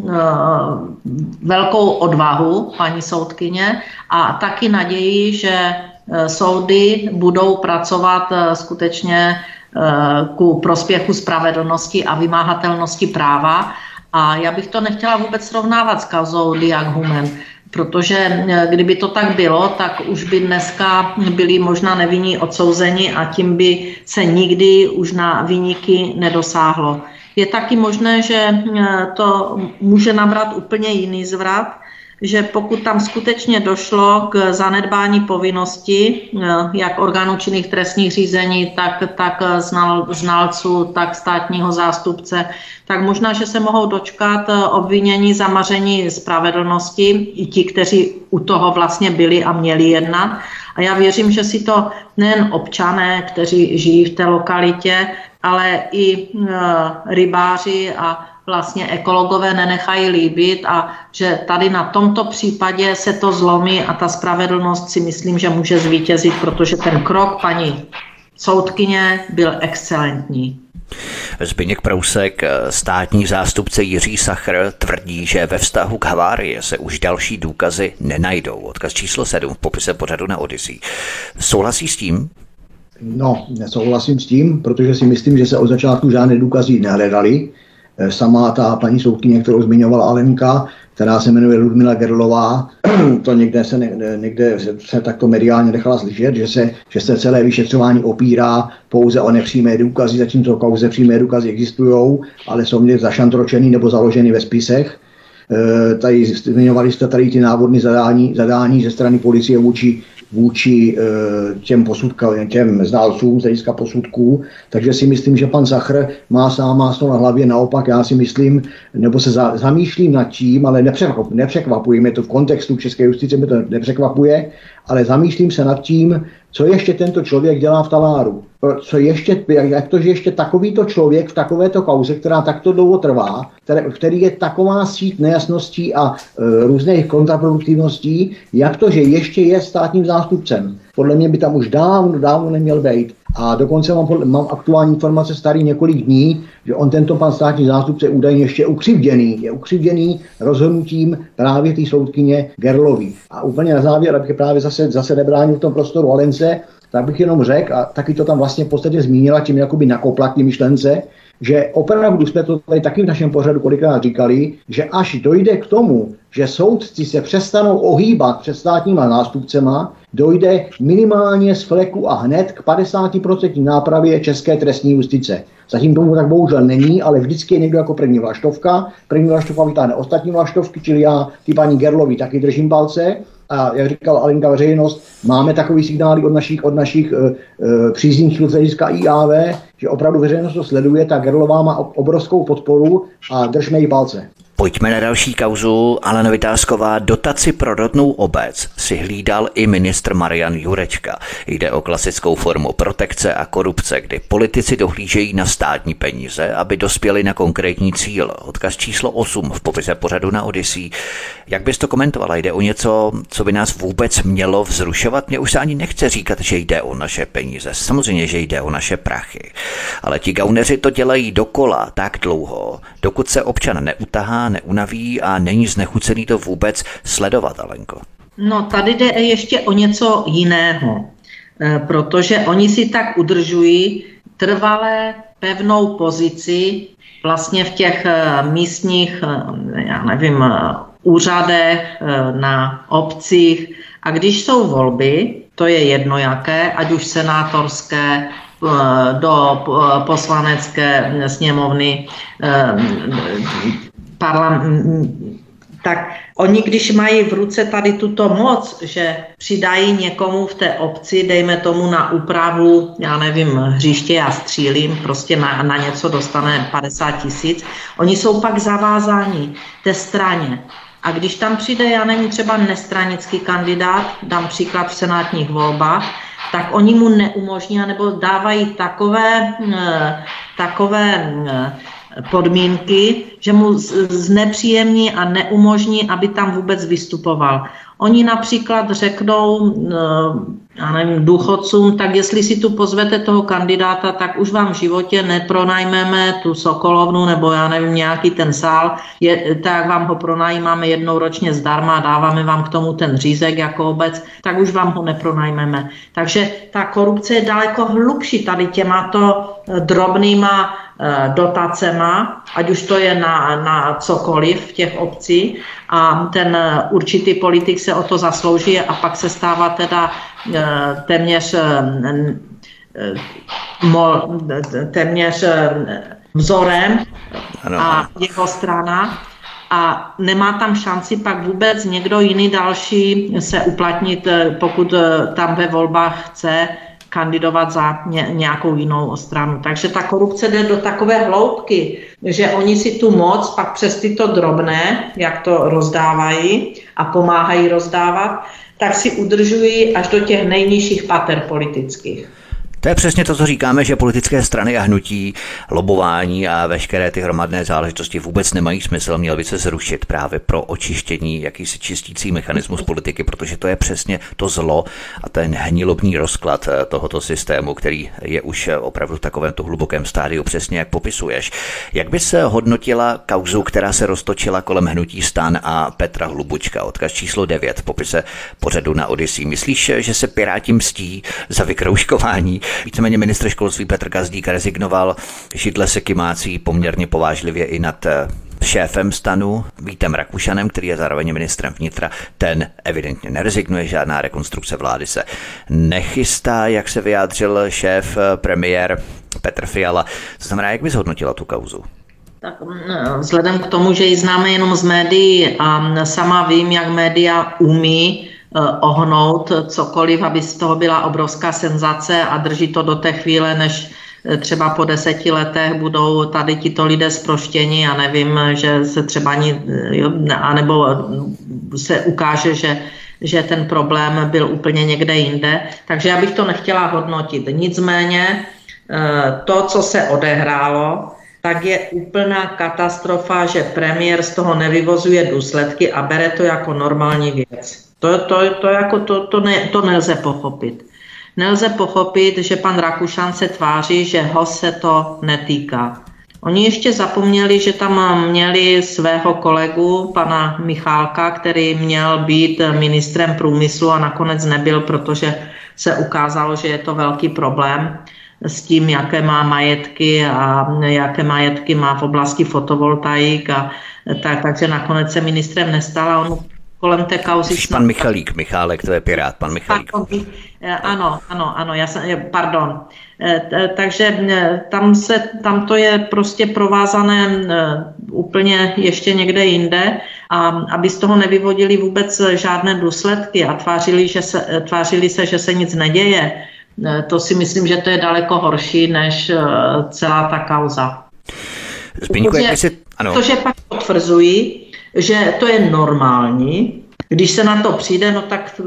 velkou odvahu paní soudkyně a taky naději, že soudy budou pracovat skutečně ku prospěchu spravedlnosti a vymáhatelnosti práva. A já bych to nechtěla vůbec srovnávat s kauzou Diag Human, protože kdyby to tak bylo, tak už by dneska byli možná nevinní odsouzeni a tím by se nikdy už na viníky nedosáhlo. Je taky možné, že to může nabrat úplně jiný zvrat, že pokud tam skutečně došlo k zanedbání povinnosti, jak orgánů činných trestních řízení, tak znalců, tak státního zástupce, tak možná, že se mohou dočkat obvinění za maření spravedlnosti i ti, kteří u toho vlastně byli a měli jednat. A já věřím, že si to nejen občané, kteří žijí v té lokalitě, ale i rybáři a vlastně ekologové nenechají líbit a že tady na tomto případě se to zlomí a ta spravedlnost si myslím, že může zvítězit, protože ten krok paní soudkyně byl excelentní. Zbyněk Prousek, státní zástupce Jiří Sachr, tvrdí, že ve vztahu k havárii se už další důkazy nenajdou. Odkaz číslo 7 v popise pořadu na Odyssey. Souhlasí s tím? No, nesouhlasím s tím, protože si myslím, že se od začátku žádné důkazy nehledaly. Sama ta paní soudkyně, kterou zmiňovala Alenka, která se jmenuje Ludmila Gerlová, to někde se takto mediálně nechala slyšet, že se celé vyšetřování opírá pouze o nepřímé důkazy, zatímco kauze přímé důkazy existují, ale jsou někde zašantročeny nebo založeny ve spisech. Tady zmiňovali jste tady ty návodné zadání ze strany policie vůči těm znalcům z hlediska posudků, takže si myslím, že pan Sachr má to na hlavě, naopak já si myslím, nebo se zamýšlím nad tím, ale nepřekvapuje mě to v kontextu české justice, mě to nepřekvapuje, ale zamýšlím se nad tím, co ještě tento člověk dělá v Taláru. Jak to, že ještě takovýto člověk v takovéto kauze, která takto dlouho trvá, který je taková síť nejasností a různých kontraproduktivností, jak to, že ještě je státním zástupcem. Podle mě by tam už dávno neměl být. A dokonce mám aktuální informace starý několik dní, že on tento pan státní zástupce údajně ještě je ukřivděný rozhodnutím právě té soudkyně Gerlový. A úplně na závěr, abych právě zase nebránil v tom prostoru Alence, tak bych jenom řekl, a taky to tam vlastně v podstatě zmínila, tím jakoby nakopla k té myšlence, že opravdu jsme to tady taky v našem pořadu kolikrát říkali, že až dojde k tomu, že soudci se přestanou ohýbat před státníma nástupcema, dojde minimálně z fleku a hned k 50% nápravě české trestní justice. Zatím tomu tak bohužel není, ale vždycky je někdo jako první vlaštovka vytáhne ostatní vlaštovky, čili já ty paní Gerlový taky držím palce. A jak říkal Alenka, veřejnost, máme takový signály od našich příznivců z hlediska IAV, že opravdu veřejnost to sleduje, ta Gerlová má obrovskou podporu a držme jí palce. Pojďme na další kauzu. Alena Vitásková, dotaci pro rodnou obec si hlídal i ministr Marian Jurečka. Jde o klasickou formu protekce a korupce, kdy politici dohlížejí na státní peníze, aby dospěli na konkrétní cíl. Odkaz číslo 8 v popise pořadu na Odyssey. Jak bys to komentovala? Jde o něco, co by nás vůbec mělo vzrušovat? Mně už se ani nechce říkat, že jde o naše peníze. Samozřejmě, že jde o naše prachy. Ale ti gauneři to dělají dokola tak dlouho, dokud se občan neutahá, neunaví a není znechucený to vůbec sledovat, Alenko. No, tady jde ještě o něco jiného, protože oni si tak udržují trvalé pevnou pozici vlastně v těch místních, úřadech, na obcích. A když jsou volby, to je jedno jaké, ať už senátorské, do poslanecké sněmovny, tak oni, když mají v ruce tady tuto moc, že přidají někomu v té obci, dejme tomu na úpravu, hřiště, já střílím, prostě na něco dostane 50 000, oni jsou pak zavázáni té straně. A když tam přijde, třeba nestranický kandidát, dám příklad v senátních volbách, tak oni mu neumožní, nebo dávají takové podmínky, že mu znepříjemní a neumožní, aby tam vůbec vystupoval. Oni například řeknou, důchodcům, tak jestli si tu pozvete toho kandidáta, tak už vám v životě nepronajmeme tu Sokolovnu nebo nějaký ten sál, tak vám ho pronajímáme jednou ročně zdarma a dáváme vám k tomu ten řízek jako obec, tak už vám ho nepronajmeme. Takže ta korupce je daleko hlubší tady těmato drobnýma dotacema, ať už to je na cokoliv v těch obcí, a ten určitý politik se o to zaslouží a pak se stává teda téměř vzorem a jeho strana a nemá tam šanci pak vůbec někdo jiný další se uplatnit, pokud tam ve volbách chce kandidovat za nějakou jinou stranu. Takže ta korupce jde do takové hloubky, že oni si tu moc pak přes tyto drobné, jak to rozdávají a pomáhají rozdávat, tak si udržují až do těch nejnižších pater politických. To je přesně to, co říkáme, že politické strany a hnutí, lobování a veškeré ty hromadné záležitosti vůbec nemají smysl, měl by se zrušit právě pro očištění, jakýsi čistící mechanismus politiky, protože to je přesně to zlo a ten hnilobní rozklad tohoto systému, který je už opravdu v takovémto hlubokém stádiu, přesně jak popisuješ. Jak by se hodnotila kauzu, která se roztočila kolem hnutí STAN a Petra Hlubučka, odkaz číslo 9 v popise pořadu na Odyssey? Myslíš, že se Piráti mstí za vykroužkování Víceméně ministr školství Petr Gazdík rezignoval, židle se kymácí poměrně povážlivě i nad šéfem STANu Vítem Rakušanem, který je zároveň ministrem vnitra. Ten evidentně nerezignuje, žádná rekonstrukce vlády se nechystá, jak se vyjádřil šéf premiér Petr Fiala. To znamená, jak by zhodnotila tu kauzu? Tak vzhledem k tomu, že ji známe jenom z médií a sama vím, jak média umí ohnout cokoliv, aby z toho byla obrovská senzace a drží to do té chvíle, než třeba po 10 letech budou tady tito lidé zproštěni a nevím, že se třeba anebo se ukáže, že ten problém byl úplně někde jinde. Takže já bych to nechtěla hodnotit. Nicméně to, co se odehrálo, tak je úplná katastrofa, že premiér z toho nevyvozuje důsledky a bere to jako normální věc. To nelze pochopit. Nelze pochopit, že pan Rakušan se tváří, že ho se to netýká. Oni ještě zapomněli, že tam měli svého kolegu, pana Michálka, který měl být ministrem průmyslu a nakonec nebyl, protože se ukázalo, že je to velký problém s tím, jaké má majetky a jaké majetky má v oblasti fotovoltaik. Takže nakonec se ministrem nestal a on kolem té kauzy... Pan Michálek, to je Pirát, pan Michalík. Ano, pardon. Takže tam to je prostě provázané úplně ještě někde jinde a aby z toho nevyvodili vůbec žádné důsledky a tvářili se, že se nic neděje, to si myslím, že to je daleko horší než celá ta kauza. Protože pak potvrzují, že to je normální, když se na to přijde, no tak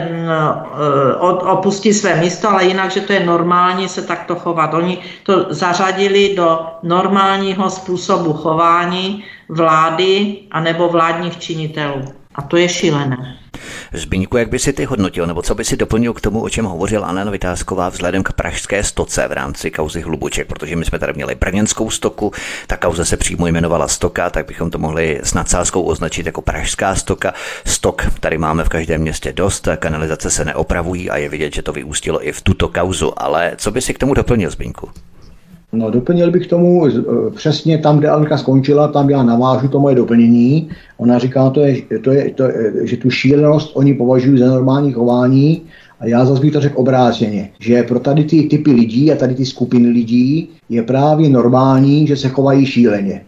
opustí své místo, ale jinak, že to je normální se takto chovat. Oni to zařadili do normálního způsobu chování vlády anebo vládních činitelů. A to je šílené. Zbyňku, jak by si ty hodnotil, nebo co by si doplnil k tomu, o čem hovořil Anna Vitásková vzhledem k pražské stoce v rámci kauzy Hlubuček, protože my jsme tady měli brněnskou stoku, ta kauza se přímo jmenovala Stoka, tak bychom to mohli s nadsázkou označit jako pražská stoka. Stok tady máme v každém městě dost, kanalizace se neopravují a je vidět, že to vyústilo i v tuto kauzu, ale co by si k tomu doplnil, Zbyňku? No, doplnil bych tomu přesně tam, kde Alenka skončila, tam já navážu to moje doplnění. Ona říká, že tu šílenost oni považují za normální chování a já zase bych to řekl obráceně, že pro tady ty typy lidí a tady ty skupiny lidí je právě normální, že se chovají šíleně.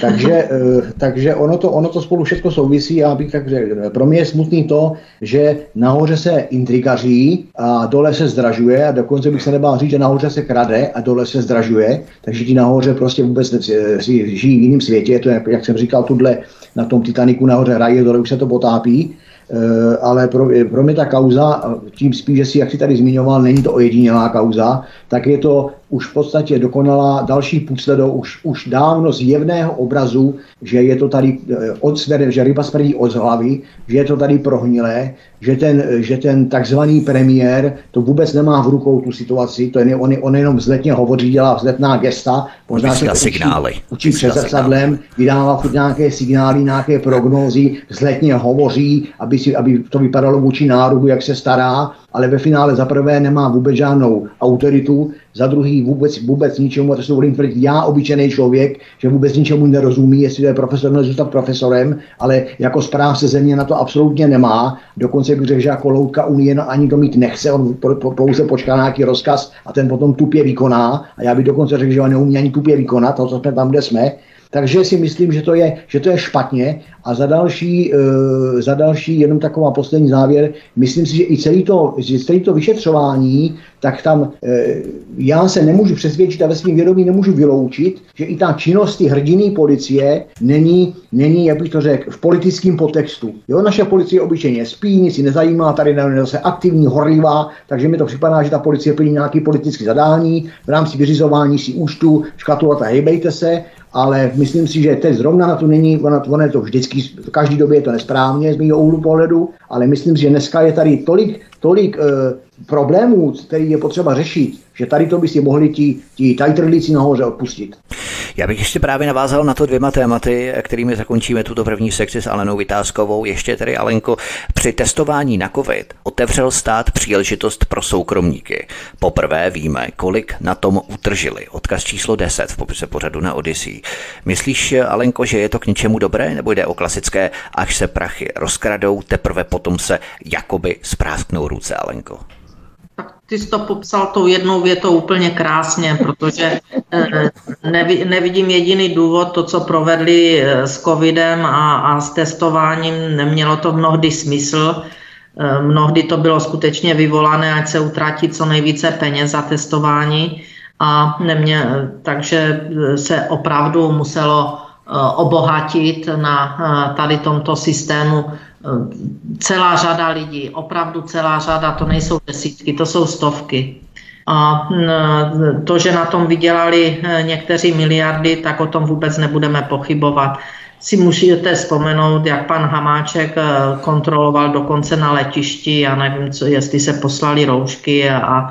Takže ono to spolu všechno souvisí, já bych tak řekl. Pro mě je smutný to, že nahoře se intrigaří a dole se zdražuje a dokonce bych se nebál říct, že nahoře se krade a dole se zdražuje, takže ti nahoře prostě vůbec žijí v jiném světě, je to, jak jsem říkal, tudle na tom Titaniku nahoře hraje, dole už se to potápí. Ale pro mě ta kauza, tím spíš, že si, jak si tady zmiňoval, není to ojedinělá kauza, tak je to už v podstatě dokonalá další pucle do už dávno zjevného obrazu, že je to tady že ryba smrdí od hlavy, že je to tady prohnilé, že ten takzvaný premiér to vůbec nemá v rukou tu situaci, on jenom vzletně hovoří, dělá vzletná gesta, možná se učí před zrcadlem, vydává furt nějaké signály, nějaké prognózy, vzletně hovoří, aby to vypadalo vůči národu, jak se stará, ale ve finále za prvé nemá vůbec žádnou autoritu, za druhý vůbec ničemu, a to jsou já, obyčejný člověk, že vůbec ničemu nerozumí, jestli to je profesor, nebo zůstat profesorem, ale jako správce země na to absolutně nemá. Dokonce bych řekl, že jako loutka Unie ani to mít nechce, on pouze počká nějaký rozkaz a ten potom tupě vykoná. A já bych dokonce řekl, že on neumí ani tupě vykonat, to, co jsme tam, kde jsme. Takže si myslím, že to je špatně. A za další jenom taková poslední závěr, myslím si, že i celé to vyšetřování, tak tam já se nemůžu přesvědčit a ve svým vědomí nemůžu vyloučit, že i ta činnost ty hrdinné policie není, jak bych to řekl, v politickém podtextu. Jo, naše policie obyčejně spí, nic si nezajímá, tady je zase aktivní, horlivá, takže mi to připadá, že ta policie plní nějaké politické zadání, v rámci vyřizování si účtu, škatulata, hejbejte se, ale myslím si, že teď zrovna na to není, ono je to vždycky, v každé době je to nesprávně z mého úhlu pohledu, ale myslím si, že dneska je tady tolik problémů, který je potřeba řešit, že tady to by si mohli ti tajtrlíci nahoře odpustit. Já bych ještě právě navázal na to 2 tématy, kterými zakončíme tuto první sekci s Alenou Vitáskovou. Ještě tedy, Alenko, při testování na COVID otevřel stát příležitost pro soukromníky. Poprvé víme, kolik na tom utržili. Odkaz číslo 10 v popise pořadu na Odyssey. Myslíš, Alenko, že je to k něčemu dobré, nebo jde o klasické, až se prachy rozkradou, teprve potom se jakoby sprásknou ruce, Alenko? Tak ty jsi to popsal tou jednou větou úplně krásně, protože nevidím jediný důvod, to, co provedli s covidem a s testováním, nemělo to mnohdy smysl. Mnohdy to bylo skutečně vyvolané, ať se utratí co nejvíce peněz za testování, takže se opravdu muselo obohatit na tady tomto systému celá řada lidí, opravdu celá řada, to nejsou desítky, to jsou stovky. A to, že na tom vydělali někteří miliardy, tak o tom vůbec nebudeme pochybovat. Si můžete vzpomenout, jak pan Hamáček kontroloval dokonce na letišti, já nevím, jestli se poslali roušky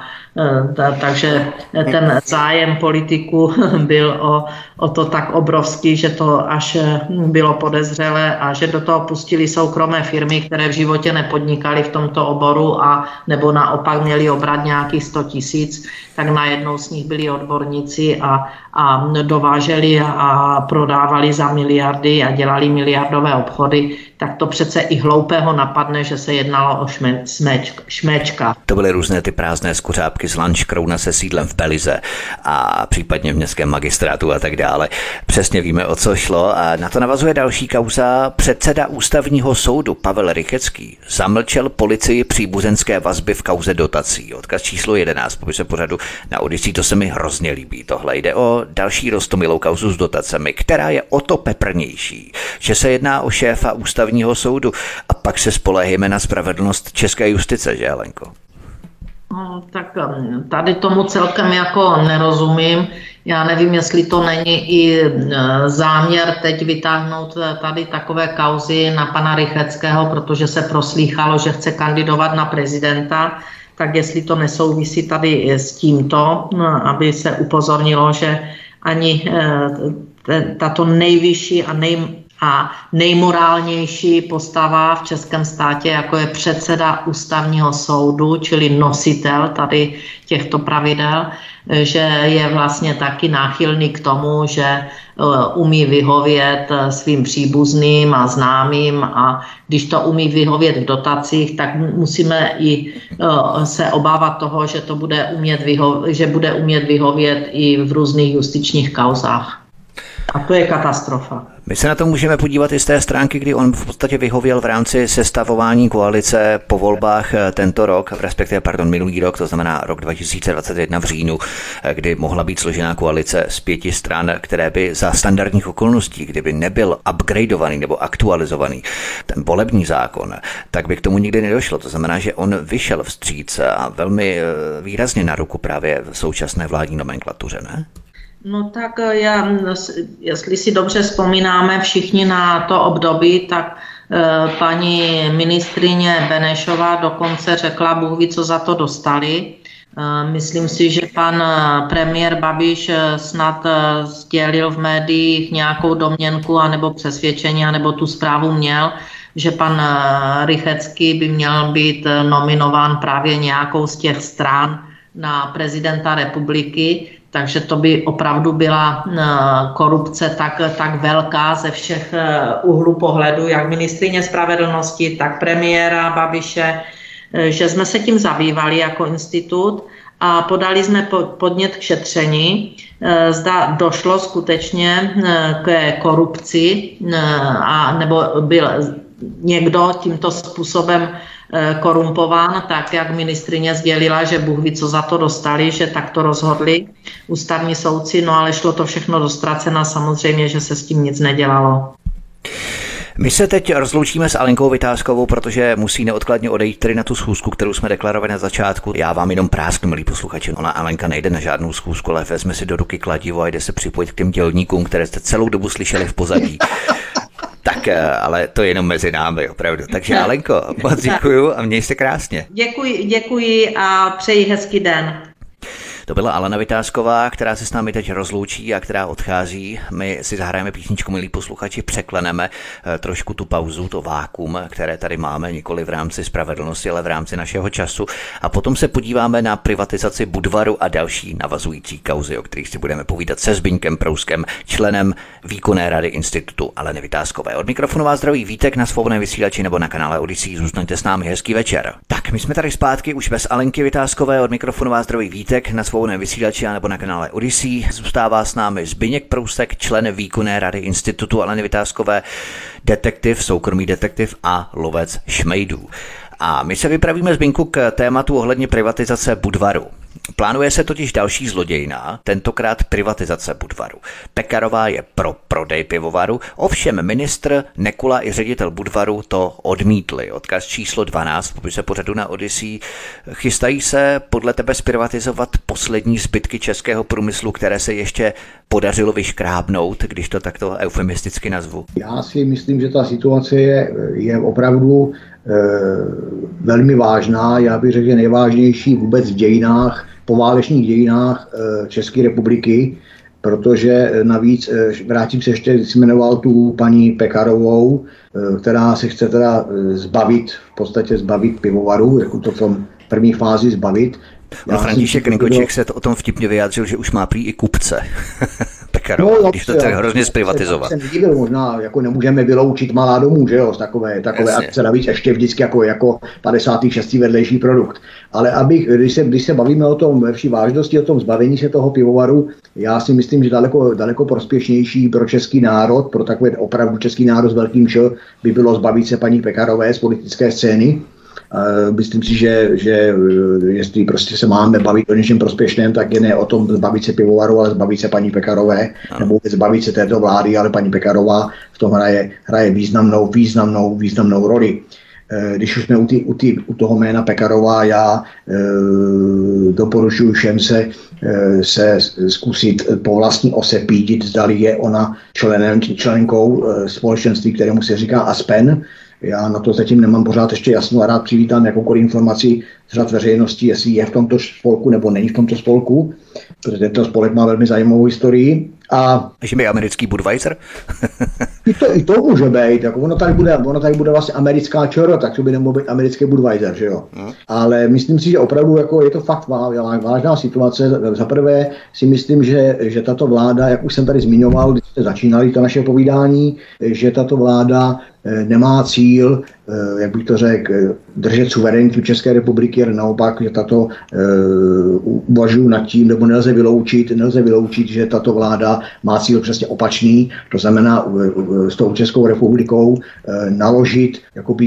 takže ten zájem politiků byl o to tak obrovský, že to až bylo podezřelé a že do toho pustili soukromé firmy, které v životě nepodnikaly v tomto oboru nebo naopak měli obrat nějakých 100 000, tak najednou z nich byli odborníci a dováželi a prodávali za miliardy a dělali miliardové obchody, tak to přece i hloupého napadne, že se jednalo o šméčka. To byly různé ty prázdné skořápky z Lanškrouna se sídlem v Belize a případně v městském magistrátu a tak dále. Přesně víme, o co šlo. A na to navazuje další kauza. Předseda ústavního soudu Pavel Rychecký zamlčel policii příbuzenské vazby v kauze dotací. Odkaz číslo 11 popise pořadu na Odyssey, to se mi hrozně líbí. Tohle jde o další roztomilou kauzu s dotacemi, která je o to peprnější, že se jedná o šéfa ústavního soudu a pak se spoléhejme na spravedlnost české justice, že, Alenko? No, tak tady tomu celkem jako nerozumím. Já nevím, jestli to není i záměr teď vytáhnout tady takové kauzy na pana Rycheckého, protože se proslýchalo, že chce kandidovat na prezidenta, tak jestli to nesouvisí tady s tímto, aby se upozornilo, že ani tato nejvyšší a nejmorálnější postava v českém státě, jako je předseda ústavního soudu, čili nositel tady těchto pravidel, že je vlastně taky náchylný k tomu, že umí vyhovět svým příbuzným a známým a když to umí vyhovět v dotacích, tak musíme i se obávat toho, že bude umět vyhovět i v různých justičních kauzách. A to je katastrofa. My se na to můžeme podívat i z té stránky, kdy on v podstatě vyhověl v rámci sestavování koalice po volbách tento rok, respektive minulý rok, to znamená rok 2021 v říjnu, kdy mohla být složená koalice z 5 stran, které by za standardních okolností, kdyby nebyl upgradeovaný nebo aktualizovaný ten volební zákon, tak by k tomu nikdy nedošlo. To znamená, že on vyšel vstříc a velmi výrazně na ruku právě v současné vládní nomenklatuře, ne? No tak jestli si dobře vzpomínáme všichni na to období, tak paní ministryně Benešová dokonce řekla, Bůh ví, co za to dostali. Myslím si, že pan premiér Babiš snad sdělil v médiích nějakou domněnku anebo přesvědčení, anebo tu zprávu měl, že pan Rychecký by měl být nominován právě nějakou z těch stran na prezidenta republiky. Takže to by opravdu byla korupce tak velká ze všech úhlů pohledu, jak ministryně spravedlnosti, tak premiéra Babiše, že jsme se tím zabývali jako institut a podali jsme podnět k šetření. Zda došlo skutečně k korupci, nebo byl někdo tímto způsobem korumpován, tak jak ministryně sdělila, že Bůh ví, co za to dostali, že tak to rozhodli ústavní soudci, no ale šlo to všechno do ztracena, samozřejmě, že se s tím nic nedělalo. My se teď rozloučíme s Alenkou Vitáskovou, protože musí neodkladně odejít tedy na tu schůzku, kterou jsme deklarovali na začátku. Já vám jenom prásknu, milí posluchači. Ona Alenka nejde na žádnou schůzku, ale vezme si do ruky kladivo a jde se připojit k těm dělníkům, které jste celou dobu slyšeli v pozadí. Tak, ale to je jenom mezi námi, opravdu. Takže Alenko, moc děkuju a měj se krásně. Děkuji a přeji hezký den. To byla Alena Vitásková, která se s námi teď rozloučí a která odchází. My si zahrajeme písničku, milí posluchači, překleneme trošku tu pauzu, to vákuum, které tady máme, nikoli v rámci spravedlnosti, ale v rámci našeho času. A potom se podíváme na privatizaci Budvaru a další navazující kauzy, o kterých si budeme povídat se Zbyňkem Prouskem, členem výkonné rady Institutu Aleny Vitáskové. Od mikrofonu vás zdraví Vítek na Svobodném vysílači nebo na kanále Odyssey. Zůstaňte s námi, hezký večer. Tak, my jsme tady zpátky už bez Alenky Vitáskové. Od mikrofonu vás zdraví Vítek na Svobodném vysílači nebo na kanále Odyssey. Zůstává s námi Zbyněk Prousek, člen výkonné rady Institutu Aleny Vitáskové, detektiv, soukromý detektiv a lovec šmejdů. A my se vypravíme, Zbyňku, k tématu ohledně privatizace Budvaru. Plánuje se totiž další zlodějna, tentokrát privatizace Budvaru. Pekarová je pro prodej pivovaru, ovšem ministr Nekula i ředitel Budvaru to odmítli. Odkaz číslo 12 v popise pořadu na Odyssey. Chystají se podle tebe zprivatizovat poslední zbytky českého průmyslu, které se ještě podařilo vyškrábnout, když to takto eufemisticky nazvu? Já si myslím, že ta situace je opravdu velmi vážná, já bych řekl, že nejvážnější vůbec v dějinách, poválečných dějinách České republiky, protože navíc, vrátím se ještě, když jmenoval tu paní Pekarovou, která se chce teda zbavit pivovaru, jako to v tom první fázi zbavit. František Nikoček se o tom vtipně vyjádřil, že už má prý i kupce. Pekarová, když to chce hrozně zprivatizovat. Jsem viděl, možná jako nemůžeme vyloučit malá domů, že jo, z takové akce, navíc ještě vždycky jako 56. vedlejší produkt. Ale když se bavíme o tom ve vší vážnosti, o tom zbavení se toho pivovaru, já si myslím, že daleko prospěšnější pro český národ, pro takový opravdu český národ s velkým š, by bylo zbavit se paní Pekarové z politické scény. Myslím si, že jestli prostě se máme bavit o něčem prospěšném, tak je ne o tom zbavit se pivovaru, ale zbavit se paní Pekarové, nebo zbavit se této vlády, ale paní Pekarová v tom hraje významnou roli. Když už jsme u toho jména Pekarová, já doporučuji všem se zkusit po vlastní ose pídit, zdali je ona členkou společenství, kterému se říká Aspen. Já na to zatím nemám pořád ještě jasno a rád přivítám jakoukoliv informaci z řad veřejnosti, jestli je v tomto spolku nebo není v tomto spolku, protože tento spolek má velmi zajímavou historii. A že by americký Budweiser? I to může být. Jako ono tady bude vlastně americká ČR, tak to by nemohl být americký Budweiser, že jo. Ale myslím si, že opravdu jako je to fakt vážná situace. Za prvé si myslím, že tato vláda, jak už jsem tady zmiňoval, když jste začínali to naše povídání, že tato vláda nemá cíl, jak bych to řekl, držet suverenitu České republiky, ale naopak, že tato uvažuji nad tím, nebo nelze vyloučit, že tato vláda má cíl přesně opačný, to znamená s tou Českou republikou naložit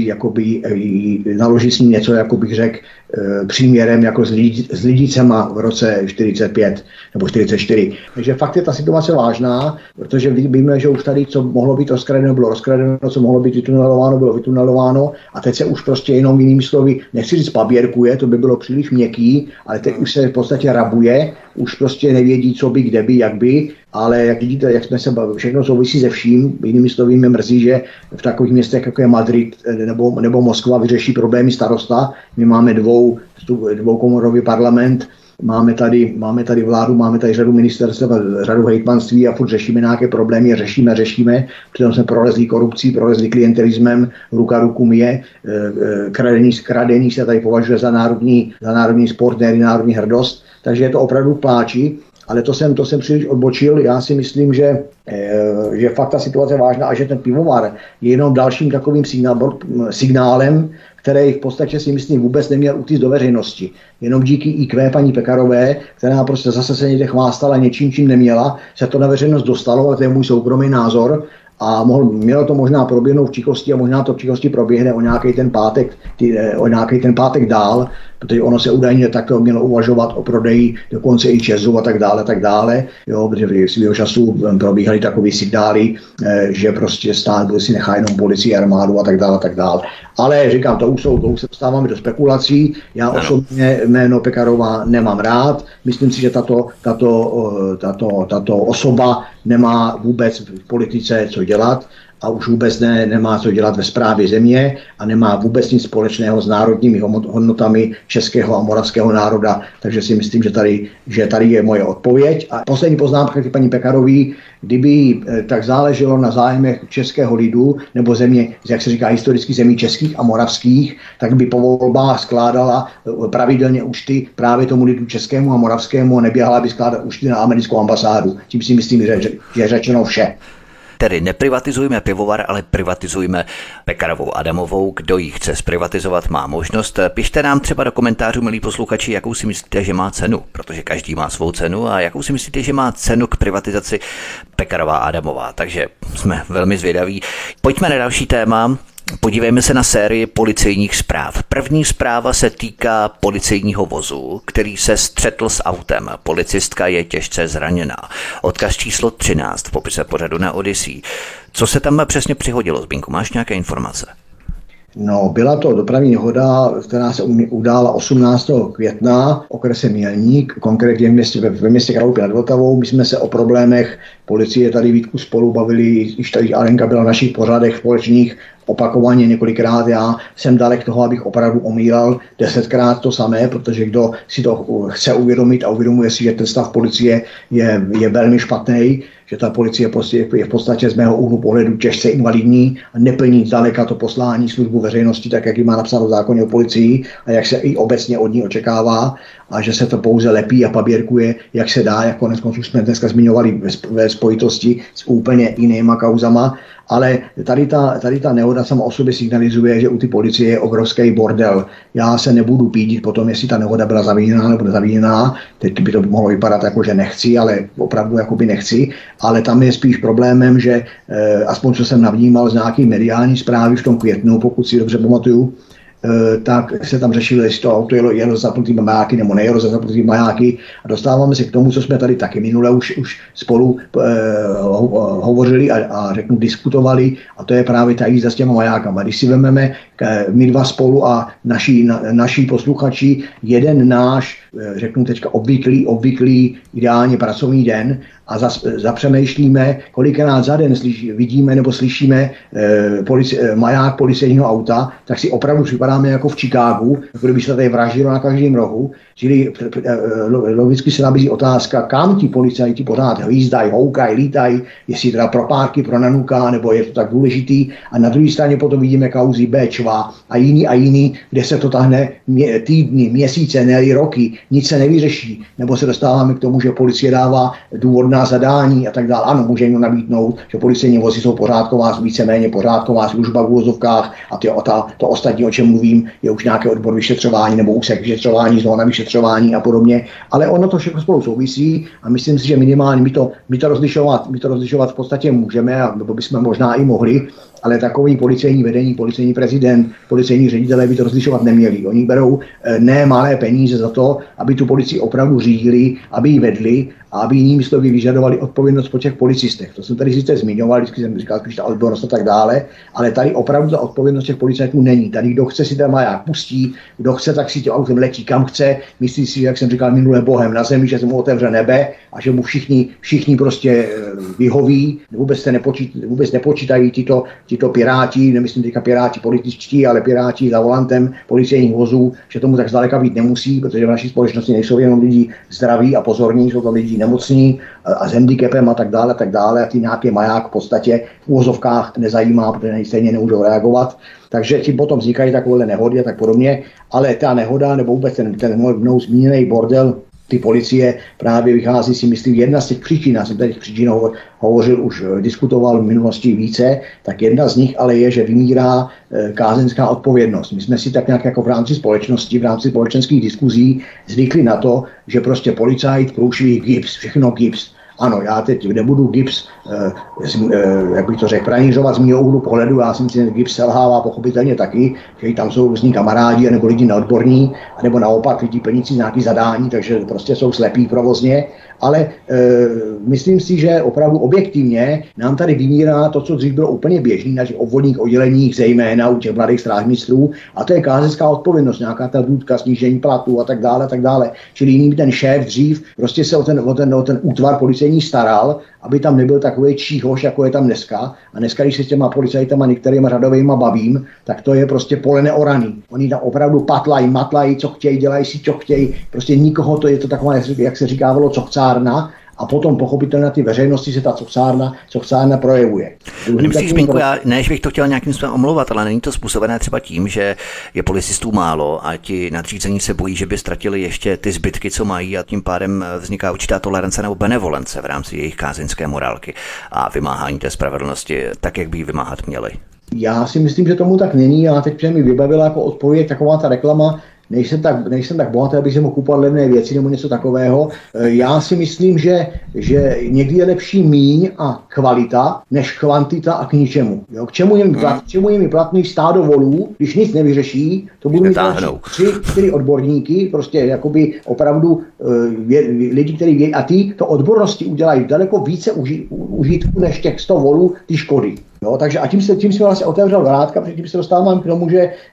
s ní něco, jako bych řekl, příměrem jako s Lidicema v roce 45 nebo 44. Takže fakt je ta situace vážná, protože víme, že už tady, co mohlo být rozkradeno, bylo rozkradeno, co mohlo být vytunelováno, bylo vytunelováno a teď se už prostě jenom jinými slovy, nechci říct paběrkuje, to by bylo příliš měkký, ale teď už se v podstatě rabuje, už prostě nevědí, co by, kde by, jak by, ale jak vidíte, jak jsme se bavili, všechno souvisí se vším, jinými slovy mě mrzí, že v takových městech, jako je Madrid nebo Moskva, vyřeší problémy starosta. My máme dvoukomorový parlament, máme tady vládu, máme tady řadu ministerstev, řadu hejtmanství a furt řešíme nějaké problémy, řešíme. Přitom jsme prolezli korupcí, prolezli klientelismem, ruka ruku myje, kradení se tady považuje za národní sport, ne národní hrdost, takže je to opravdu k pláči. Ale to jsem příliš odbočil. Já si myslím, že fakt ta situace je vážná a že ten pivovar je jenom dalším takovým signálem, který v podstatě si myslím vůbec neměl utíct do veřejnosti. Jenom díky IQ paní Pekarové, která prostě zase se někde chvástala něčím, čím neměla, se to na veřejnost dostalo, ale to je můj soukromý názor. A mělo to možná proběhnout v tichosti a možná to v tichosti proběhne o nějaký ten pátek dál, protože ono se údajně takto mělo uvažovat o prodeji dokonce i ČEZu a tak dále, jo, protože svého času probíhaly takový signály, že prostě stát si nechá jenom policii, armádu a tak dále. Ale říkám, to už se dostáváme do spekulací. Já osobně jméno Pekarová nemám rád. Myslím si, že tato osoba nemá vůbec v politice co dělat a už vůbec nemá co dělat ve správě země a nemá vůbec nic společného s národními hodnotami českého a moravského národa. Takže si myslím, že tady je moje odpověď. A poslední poznámka k paní Pekarový, kdyby tak záleželo na zájmech českého lidu nebo země, jak se říká, historických zemí českých a moravských, tak by po volbách skládala pravidelně účty právě tomu lidu českému a moravskému a neběhala by skládat účty na americkou ambasádu. Tím si myslím, že je řečeno vše. Tedy neprivatizujme pivovar, ale privatizujme Pekarovou Adamovou. Kdo ji chce zprivatizovat, má možnost. Pište nám třeba do komentářů, milí posluchači, jakou si myslíte, že má cenu, protože každý má svou cenu, a jakou si myslíte, že má cenu k privatizaci Pekarová Adamová. Takže jsme velmi zvědaví. Pojďme na další téma. Podívejme se na sérii policejních zpráv. První zpráva se týká policejního vozu, který se střetl s autem. Policistka je těžce zraněná. Odkaz číslo 13 v popise pořadu na Odyssey. Co se tam přesně přihodilo, Zbínku? Máš nějaké informace? No, byla to dopravní nehoda, která se udála 18. května v okrese Mělník, konkrétně ve městě Kralupy nad Vltavou. My jsme se o problémech policie tady Vítku spolu bavili, když tady Alenka byla v našich pořadech společných opakovaně několikrát. Já jsem dalek toho, abych opravdu omílal 10krát to samé, protože kdo si to chce uvědomit a uvědomuje si, že ten stav policie je velmi špatný, že ta policie je v podstatě z mého úhlu pohledu těžce invalidní a neplní zdaleka to poslání službu veřejnosti, tak jak ji má napsáno v zákoně o policii a jak se i obecně od ní očekává, a že se to pouze lepí a paběrkuje, jak se dá, jak koneckonců jsme dneska zmiňovali ve spojitosti s úplně jinýma kauzama. Ale tady ta nehoda sama o sobě signalizuje, že u ty policie je obrovský bordel. Já se nebudu pídit potom, jestli ta nehoda byla zaviněná nebo nezaviněná. Teď by to mohlo vypadat jako, že nechci, ale opravdu jakoby nechci. Ale tam je spíš problémem, že aspoň co jsem navnímal z nějaký mediální zprávy v tom květnu, pokud si dobře pamatuju, tak se tam řešilo, jestli to auto jelo za zapnutými majáky nebo nejelo za zapnutými majáky, a dostáváme se k tomu, co jsme tady taky minule už spolu hovořili a řeknu diskutovali, a to je právě ta jízda s těma majákama. Když si vezmeme my dva spolu a naši posluchači jeden náš, řeknu teďka obvyklý ideálně pracovní den, a zapřemýšlíme, kolikrát za den vidíme nebo slyšíme maják policejního auta, tak si opravdu připadáme jako v Chicagu, jako kdyby se tady vraždilo na každém rohu. Čili logicky se nabízí otázka, kam ti policajti pořád hvízdají, houkají, lítají, jestli teda pro párky, pro nanuka, nebo je to tak důležitý. A na druhé straně potom vidíme kauzy Béčva a jiný, kde se to tahne týdny, měsíce, ne roky, nic se nevyřeší. Nebo se dostáváme k tomu, že policie dává důvodná zadání a tak dále. Ano, může jim nabídnout, že policejní vozy jsou víceméně pořádková služba v uvozovkách, a to ostatní, o čem mluvím, je už nějaké odbor vyšetřování nebo úsek vyšetřování, zóna vyšetřování a podobně. Ale ono to všechno spolu souvisí a myslím si, že minimálně my to rozlišovat v podstatě můžeme, nebo bychom možná i mohli, ale takový policejní vedení, policejní prezident, policejní ředitelé by to rozlišovat neměli. Oni berou nemalé peníze za to, aby tu policii opravdu řídili, aby ji vedli a aby jinými slovy vyžadovali odpovědnost po těch policistech. To jsem tady sice zmiňoval, vždycky jsem říkal, že ta odbornost a tak dále, ale tady opravdu ta odpovědnost těch policajtů není. Tady kdo chce si ten maják pustí, kdo chce, tak si tím autem letí kam chce, myslí si, jak jsem říkal minule, Bohem na zemi, že se mu otevře nebe a že mu všichni prostě vyhoví, vůbec nepočítají tito piráti, nemyslím teďka piráti političtí, ale piráti za volantem policejních vozů, že tomu tak zdaleka být nemusí, protože v naší společnosti nejsou jenom lidi zdraví a pozorní, jsou to lidi nemocní a s handicapem a tak dále a ty nějaký maják v podstatě v úvozovkách nezajímá, protože stejně nemůžou reagovat. Takže tím potom vznikají takové nehody a tak podobně, ale ta nehoda nebo vůbec ten mnou zmíněný bordel ty policie právě vychází, si myslím, jedna z těch příčin, já jsem tady těch příčin hovořil, už diskutoval v minulosti více, tak jedna z nich ale je, že vymírá kázeňská odpovědnost. My jsme si tak nějak jako v rámci společnosti, v rámci společenských diskuzí zvykli na to, že prostě policajt, průšvih, gips, všechno gips. Ano, já teď nebudu gips, jak bych to řekl, pranířovat z mého úhlu pohledu, já si myslím, že gips selhává pochopitelně taky, že tam jsou různí kamarádi, nebo lidi neodborní, nebo naopak lidi plnící nějaký zadání, takže prostě jsou slepí provozně, ale myslím si, že opravdu objektivně nám tady vymírá to, co dřív bylo úplně běžný na těch obvodních odděleních, zejména u těch mladých strážmistrů, a to je kázeňská odpovědnost, nějaká ta důdka, snížení platů a tak dále, a tak dále. Čili jiný ten šéf dřív prostě se o ten útvar policejní staral aby tam nebyl takový číhoš, jako je tam dneska. A dneska, když se s těma policajtama některýma řadovýma bavím, tak to je prostě pole neoraný. Oni tam opravdu patlají, matlají, co chtějí, dělají si, co chtějí. Prostě nikoho, to je to taková, jak se říkávalo, cochcárna. A potom pochopitelně na ty veřejnosti se ta cochcárna projevuje. Nemyslíš, Zbyňku, já než bych to chtěl nějakým způsobem omlouvat, ale není to způsobené třeba tím, že je policistů málo a ti nadřízení se bojí, že by ztratili ještě ty zbytky, co mají, a tím pádem vzniká určitá tolerance nebo benevolence v rámci jejich kázeňské morálky a vymáhání té spravedlnosti tak, jak by ji vymáhat měli. Já si myslím, že tomu tak není, a teď mi vybavila jako odpověď taková ta reklama: nejsem tak bohatý, abych si mohl kupovat levné věci nebo něco takového. Já si myslím, že někdy je lepší míň a kvalita, než kvantita a k ničemu. Jo? K čemu je mi platný stádo volů, když nic nevyřeší, to budu mít 3-4 odborníky, prostě jakoby opravdu lidi, kteří vědí, a ty to odbornosti udělají daleko více užitku než těch 100 volů, ty škody. Jo, takže a tím se vlastně otevřel vrátka, protože tím se dostávám k tomu,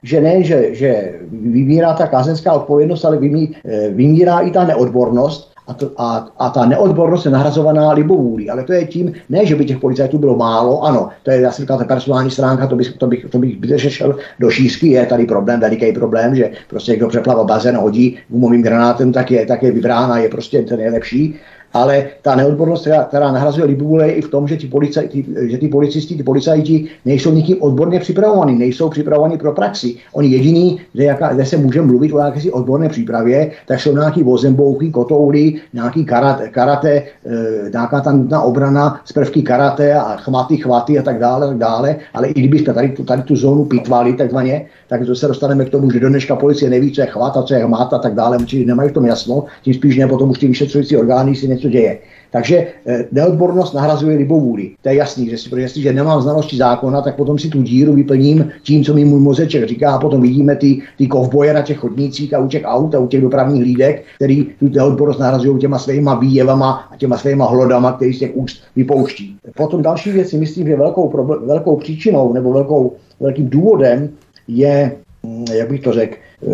že vymírá ta kázeňská odpovědnost, ale vymírá i ta neodbornost. A ta neodbornost je nahrazovaná libovůlí. Ale to je tím, ne, že by těch policajtů bylo málo, ano, to je, já si říkal, ta personální stránka, to bych šel do šířky, je tady problém, veliký problém, že prostě kdo přeplavá bazén, hodí gumovým granátem, tak je vybrána, je prostě ten nejlepší. Ale ta neodbornost, která nahrazuje libovůli, je i v tom, že ty policajti nejsou nikým odborně připravovaní, nejsou připravovaní pro praxi. Oni jediní, kde se může mluvit o jakési odborné přípravě, tak jsou nějaký vozembouchy, kotouly, nějaký karate, nějaká ta nutná obrana z prvky karate a chvaty a tak dále. Ale i kdybyste tady tu zónu pitvali takzvaně, tak to se dostaneme k tomu, že do dneška policie neví, co je chvat a co je hmat a tak dále, čili nemají v tom jasno, tím spíš ne, potom už ty vyšetřující orgány si něco děje. Takže neodbornost nahrazuje libovůli. To je jasný, že jestliže nemám znalosti zákona, tak potom si tu díru vyplním tím, co mi můj mozeček říká, a potom vidíme ty kovboje na těch chodnících a u těch aut a u těch dopravních hlídek, který tu neodbornost nahrazují těma svýma výjevama a těma svýma hlodama, který z těch úst vypouští. Potom další věc si myslím, že velkou příčinou nebo velkým důvodem je, jak bych to řekl,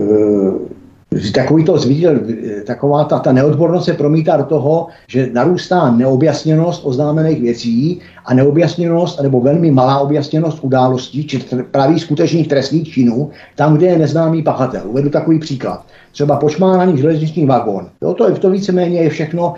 taková ta neodbornost se promítá do toho, že narůstá neobjasněnost oznámených věcí a neobjasněnost nebo velmi malá objasněnost událostí či pravých skutečných trestných činů tam, kde je neznámý pachatel. Uvedu takový příklad. Třeba počmáraný železniční vagón. Jo, to víceméně je všechno.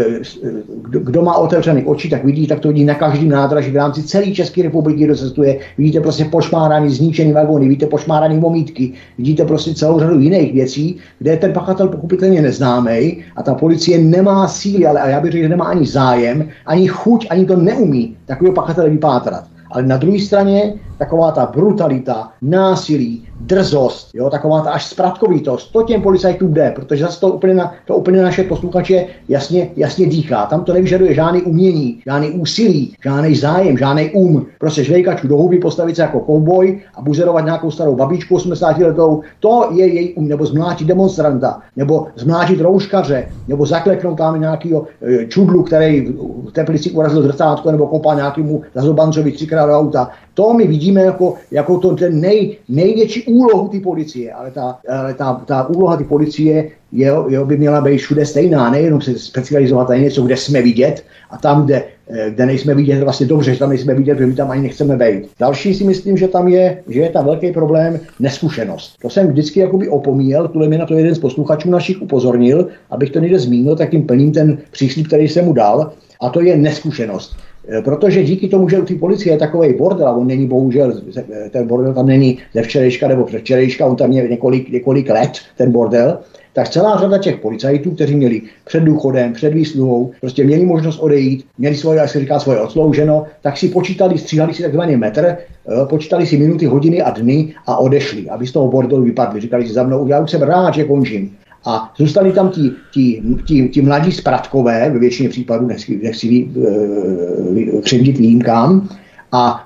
Kdo má otevřený oči, tak to vidí na každém nádraží v rámci celé České republiky, kdo cestuje. Vidíte prostě počmáraný, zničený vagóny, vidíte počmáraný vomítky, vidíte prostě celou řadu jiných věcí, kde je ten pachatel pochopitelně neznámý a ta policie nemá síly, ale já bych řekl, že nemá ani zájem, ani chuť, ani to neumí takového pachatele vypátrat. Ale na druhé straně taková ta brutalita, násilí, drzost, jo, taková ta až spratkovitost, to těm policajtům jde, protože zase to úplně naše posluchače jasně dýchá. Tam to nevyžaduje žádný umění, žádný úsilí, žádný zájem, žádný prostě žvejkačů do huby, postavit se jako kovboj a buzerovat nějakou starou babičku 80letou, to je její nebo zmlátit demonstranta, nebo zmlátit rouškaře, nebo zakleknout tam nějakýho čudlu, který v Teplici urazil zrcátko, nebo kopal nějakému zazobancovi 3krát do auta. To my vidíme jako ten největší úlohu ty policie, ale ta úloha ty policie by měla být všude stejná, nejenom se specializovat na něco, kde jsme vidět, a tam, kde nejsme vidět, vlastně dobře, že tam nejsme vidět, že my tam ani nechceme být. Další si myslím, že je tam velký problém neskušenost. To jsem vždycky jakoby opomíjel, tuhle mě na to jeden z posluchačů našich upozornil, abych to někde zmínil, tak jim plním ten příslib, který jsem mu dal, a to je neskušenost. Protože díky tomu, že u té policie je takovej bordel, a on není bohužel, ten bordel tam není ze včerejška nebo předvčerejška, on tam je několik let, ten bordel, tak celá řada těch policajtů, kteří měli před důchodem, před výsluhou, prostě měli možnost odejít, měli svoje, jak se říká, svoje odslouženo, tak si stříhali si takzvaný metr, počítali si minuty, hodiny a dny a odešli, aby z toho bordelu vypadli. Říkali si za mnou, já už jsem rád, že končím. A zůstali tam ti mladí spratkové, ve většině případů nechci křivdit výjimkám, a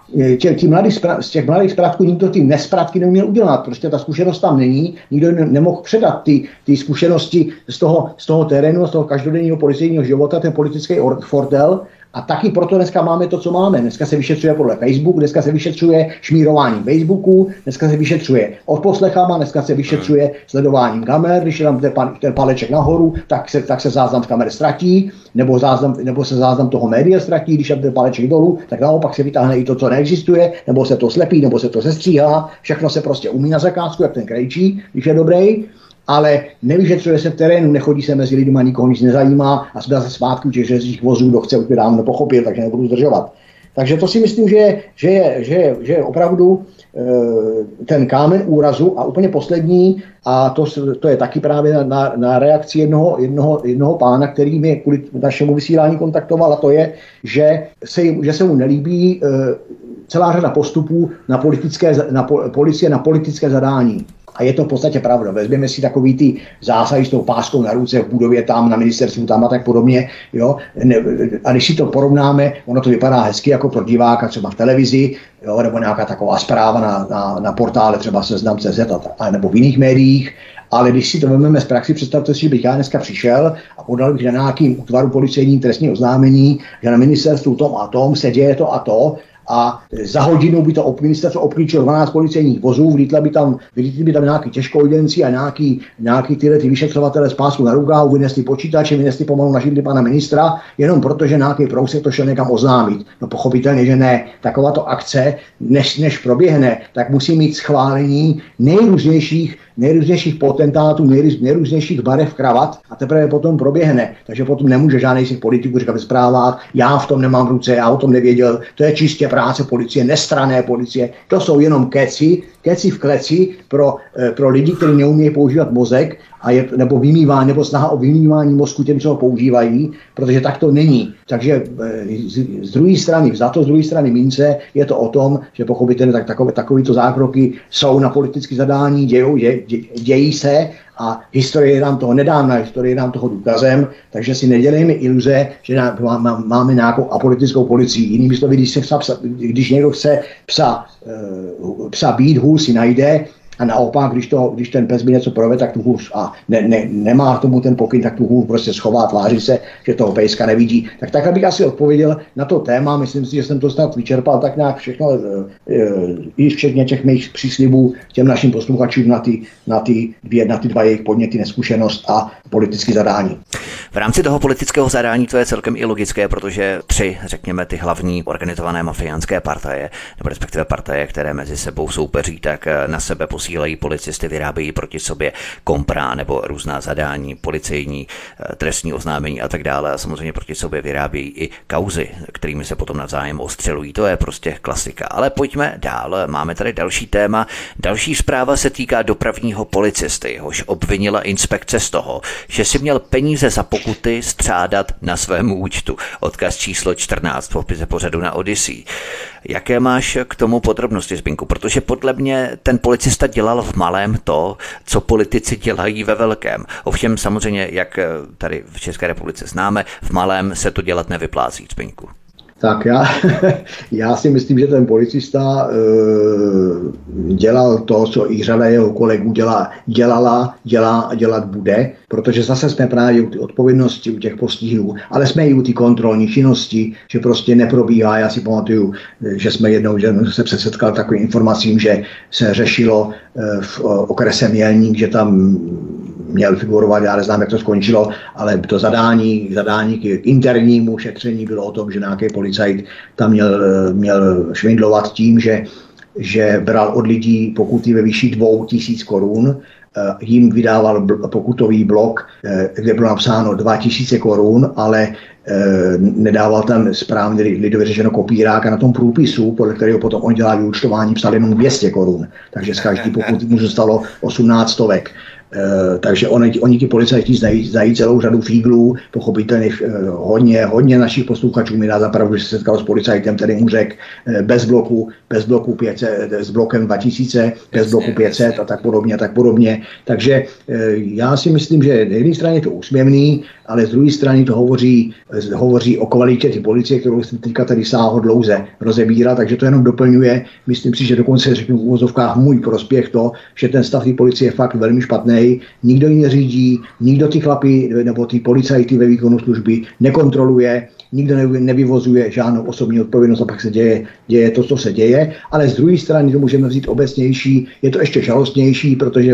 z těch mladých spratků nikdo ty nespratky neměl udělat. Prostě ta zkušenost tam není, nikdo nemohl předat ty zkušenosti z toho terénu, z toho každodenního policejního života, ten politický fortel. A taky proto dneska máme to, co máme. Dneska se vyšetřuje podle Facebooku, dneska se vyšetřuje šmírováním Facebooku, dneska se vyšetřuje odposlechama, dneska se vyšetřuje sledováním kamer, když je tam ten paleček nahoru, tak se záznam z kamer ztratí, nebo se záznam toho média ztratí, když je ten paleček dolů, tak naopak se vytáhne i to, co neexistuje, nebo se to slepí, nebo se to sestříhá, všechno se prostě umí na zakázku, jak ten krejčí, když je dobrý. Ale nevyšetřuje se v terénu, nechodí se mezi lidmi, nikoho nic nezajímá a jsme zase zpátky u těch železničních vozů, kdo chce, už by dávno pochopil, takže nebudu zdržovat. Takže to si myslím, že je opravdu ten kámen úrazu. A úplně poslední, a to je taky právě na reakci jednoho pána, který mě kvůli našemu vysílání kontaktoval, a to je, že se mu nelíbí celá řada postupů policie na politické zadání. A je to v podstatě pravda. Vezměme si takový ty zásahy s tou páskou na ruce v budově tam, na ministerstvu tam a tak podobně. Jo? A když si to porovnáme, ono to vypadá hezky jako pro diváka třeba v televizi, jo? Nebo nějaká taková zpráva na portále třeba Seznam.cz nebo v jiných médiích. Ale když si to vezmeme z praxi, představte si, že bych já dneska přišel a podal bych na nějakým útvaru policejní trestní oznámení, že na ministerstvu tom a tom se děje to a to, a za hodinu by to ministerstvo obklíčilo 12 policejních vozů, vlítli by tam nějaký těžkojedenci a nějaký ty vyšetřovatele z pásku na rukách, vynesli počítače, vynesli pomalu na židli pana ministra, jenom protože nějaký prousek to šel někam oznámit. No pochopitelně, že ne. Takováto akce, než proběhne, tak musí mít schválení nejrůznějších potentátů, nejrůznějších barev kravat a teprve potom proběhne. Takže potom nemůže žádný z těch politiků říkat ve zprávách, já v tom nemám v ruce, já o tom nevěděl, to je čistě práce policie, nestranné policie, to jsou jenom keci v kleci pro lidi, kteří neumějí používat mozek nebo vymývání, nebo snaha o vymývání mozku těm, co ho používají, protože tak to není. Takže z druhé strany mince je to o tom, že pochopitelně takovýto zákroky jsou na politické zadání, dějí se a historie je nám toho nedávna, historie je nám toho důkazem, takže si nedělejme iluze, že máme nějakou apolitickou policii. Jinými slovy, když někdo chce psa být, hůl si najde, a naopak, když ten pes by něco provede, tak tu hůl a nemá k tomu ten pokyn, tak tu hůl prostě schová, tváří se, že toho pejska nevidí. Tak takhle bych asi odpověděl na to téma. Myslím si, že jsem to snad vyčerpal tak nějak všechno, i včetně těch mých příslibů těm našim posluchačům na ty dva jejich podněty, neskušenost a politické zadání. V rámci toho politického zadání to je celkem i logické, protože řekněme, ty hlavní organizované mafiánské partaje, nebo respektive partaje, které mezi sebou soupeří, tak na sebe posílají policisty, vyrábějí proti sobě kompra nebo různá zadání, policejní, trestní oznámení a tak dále. A samozřejmě proti sobě vyrábějí i kauzy, kterými se potom navzájem ostřelují. To je prostě klasika. Ale pojďme dál. Máme tady další téma. Další zpráva se týká dopravního policisty, jehož obvinila inspekce z toho, že si měl peníze za pokuty střádat na svém účtu. Odkaz číslo 14 v popise pořadu na Odyssey. Jaké máš k tomu podrobnosti, Zbyňku? Protože podle mě ten policista dělal v malém to, co politici dělají ve velkém. Ovšem samozřejmě, jak tady v České republice známe, v malém se to dělat nevyplácí, Zbyňku. Tak já si myslím, že ten policista dělal to, co i řada jeho kolegů dělá a dělat bude, protože zase jsme právě u té odpovědnosti, u těch postihů, ale jsme i u té kontrolní činnosti, že prostě neprobíhá. Já si pamatuju, že jsme jednou, že se setkal takovým informacím, že se řešilo v okrese Mělník, že tam měl figurovat, já neznám, jak to skončilo, ale to zadání k internímu šetření bylo o tom, že nějaký policajt tam měl švindlovat tím, že bral od lidí pokuty ve výši 2000 korun, jim vydával pokutový blok, kde bylo napsáno 2000 korun, ale nedával tam správně lidově řečeno kopírák a na tom průpisu, podle kterého potom on dělá vyúčtování, psal jenom 200 korun. Takže z každý pokuty mu zůstalo 18 stovek. Takže oni ti policajti znají celou řadu fíglů, pochopitelně hodně našich posluchačů mi dá za pravdu, že se setkal s policajtem, který mu řekl bez bloku 500, s blokem 2000, bez bloku 500 a tak podobně. Takže já si myslím, že na jedné straně je to úsměvný, ale z druhé strany to hovoří o kvalitě ty policie, kterou jsem teďka tady sáhl dlouze rozebírat, takže to jenom doplňuje. Myslím si, že dokonce řeknu v uvozovkách můj prospěch to, že ten stav té policie je fakt velmi špatný. Nikdo ji neřídí, nikdo ty chlapy nebo ty policajty ve výkonu služby nekontroluje, nikdo nevyvozuje žádnou osobní odpovědnost a pak se děje to, co se děje. Ale z druhé strany to můžeme vzít obecnější, je to ještě žalostnější, protože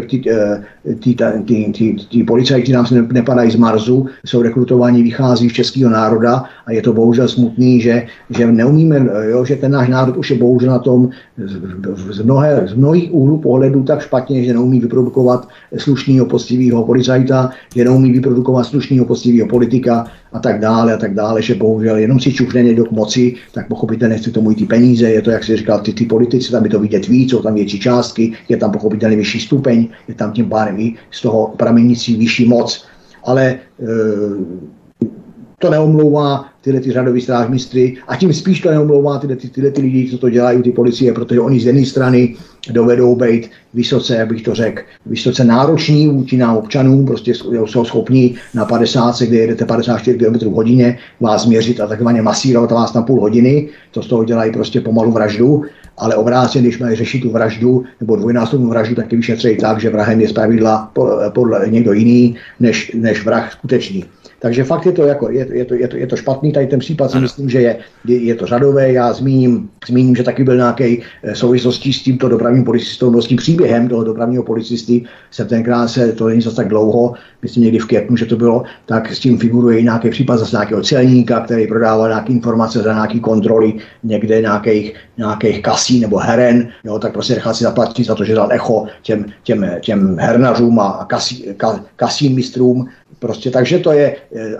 ty policajti nám se nepadají z Marsu, jsou rekrutováni, vychází z českého národa a je to bohužel smutný, že neumíme, že ten náš národ už je bohužel na tom z mnohých úhlů pohledu tak špatně, že neumí vyprodukovat slušného poctivého policajta, že neumí vyprodukovat slušného poctivého politika a tak dále, že bohužel jenom si čuchne někdo k moci, tak pochopitelně chci tomu i ty peníze, je to, jak si říkal, ty politici, tam je to vidět víc, jsou tam větší částky, je tam pochopitelně vyšší stupeň, je tam tím pádem i z toho pramenící vyšší moc, ale to neomlouvá tyhle ty řadový strážmistry a tím spíš to neomlouvá tyhle ty lidi, co to dělají, ty policie, protože oni z jedné strany dovedou být vysoce, jak bych to řekl, vysoce nároční vůči nám občanům, prostě jsou schopní na 50, kde jedete 54 km v hodině, vás měřit a takzvaně masírovat vás na půl hodiny, to z toho dělají prostě pomalu vraždu, ale obráceně, když mají řešit tu vraždu nebo dvojnásobnou vraždu, tak je vyšetřejí tak, že vrahem je zpravidla podle někdo jiný, než vrah skutečný. Takže fakt je to špatný, tady ten případ si myslím, že je to řadové. Já zmíním, že taky byl nějaký souvislosti s tímto dopravním policistou, s tím příběhem toho dopravního policisty, jsem tenkrát to není zase tak dlouho, myslím někdy v květnu, že to bylo, tak s tím figuruje i nějaký případ zase nějakého celníka, který prodával nějaké informace za nějaké kontroly někde nějakých kasí nebo heren, tak prostě nechal si zaplatit za to, že dal echo těm hernařům a kasím mistrům. Prostě, takže to je,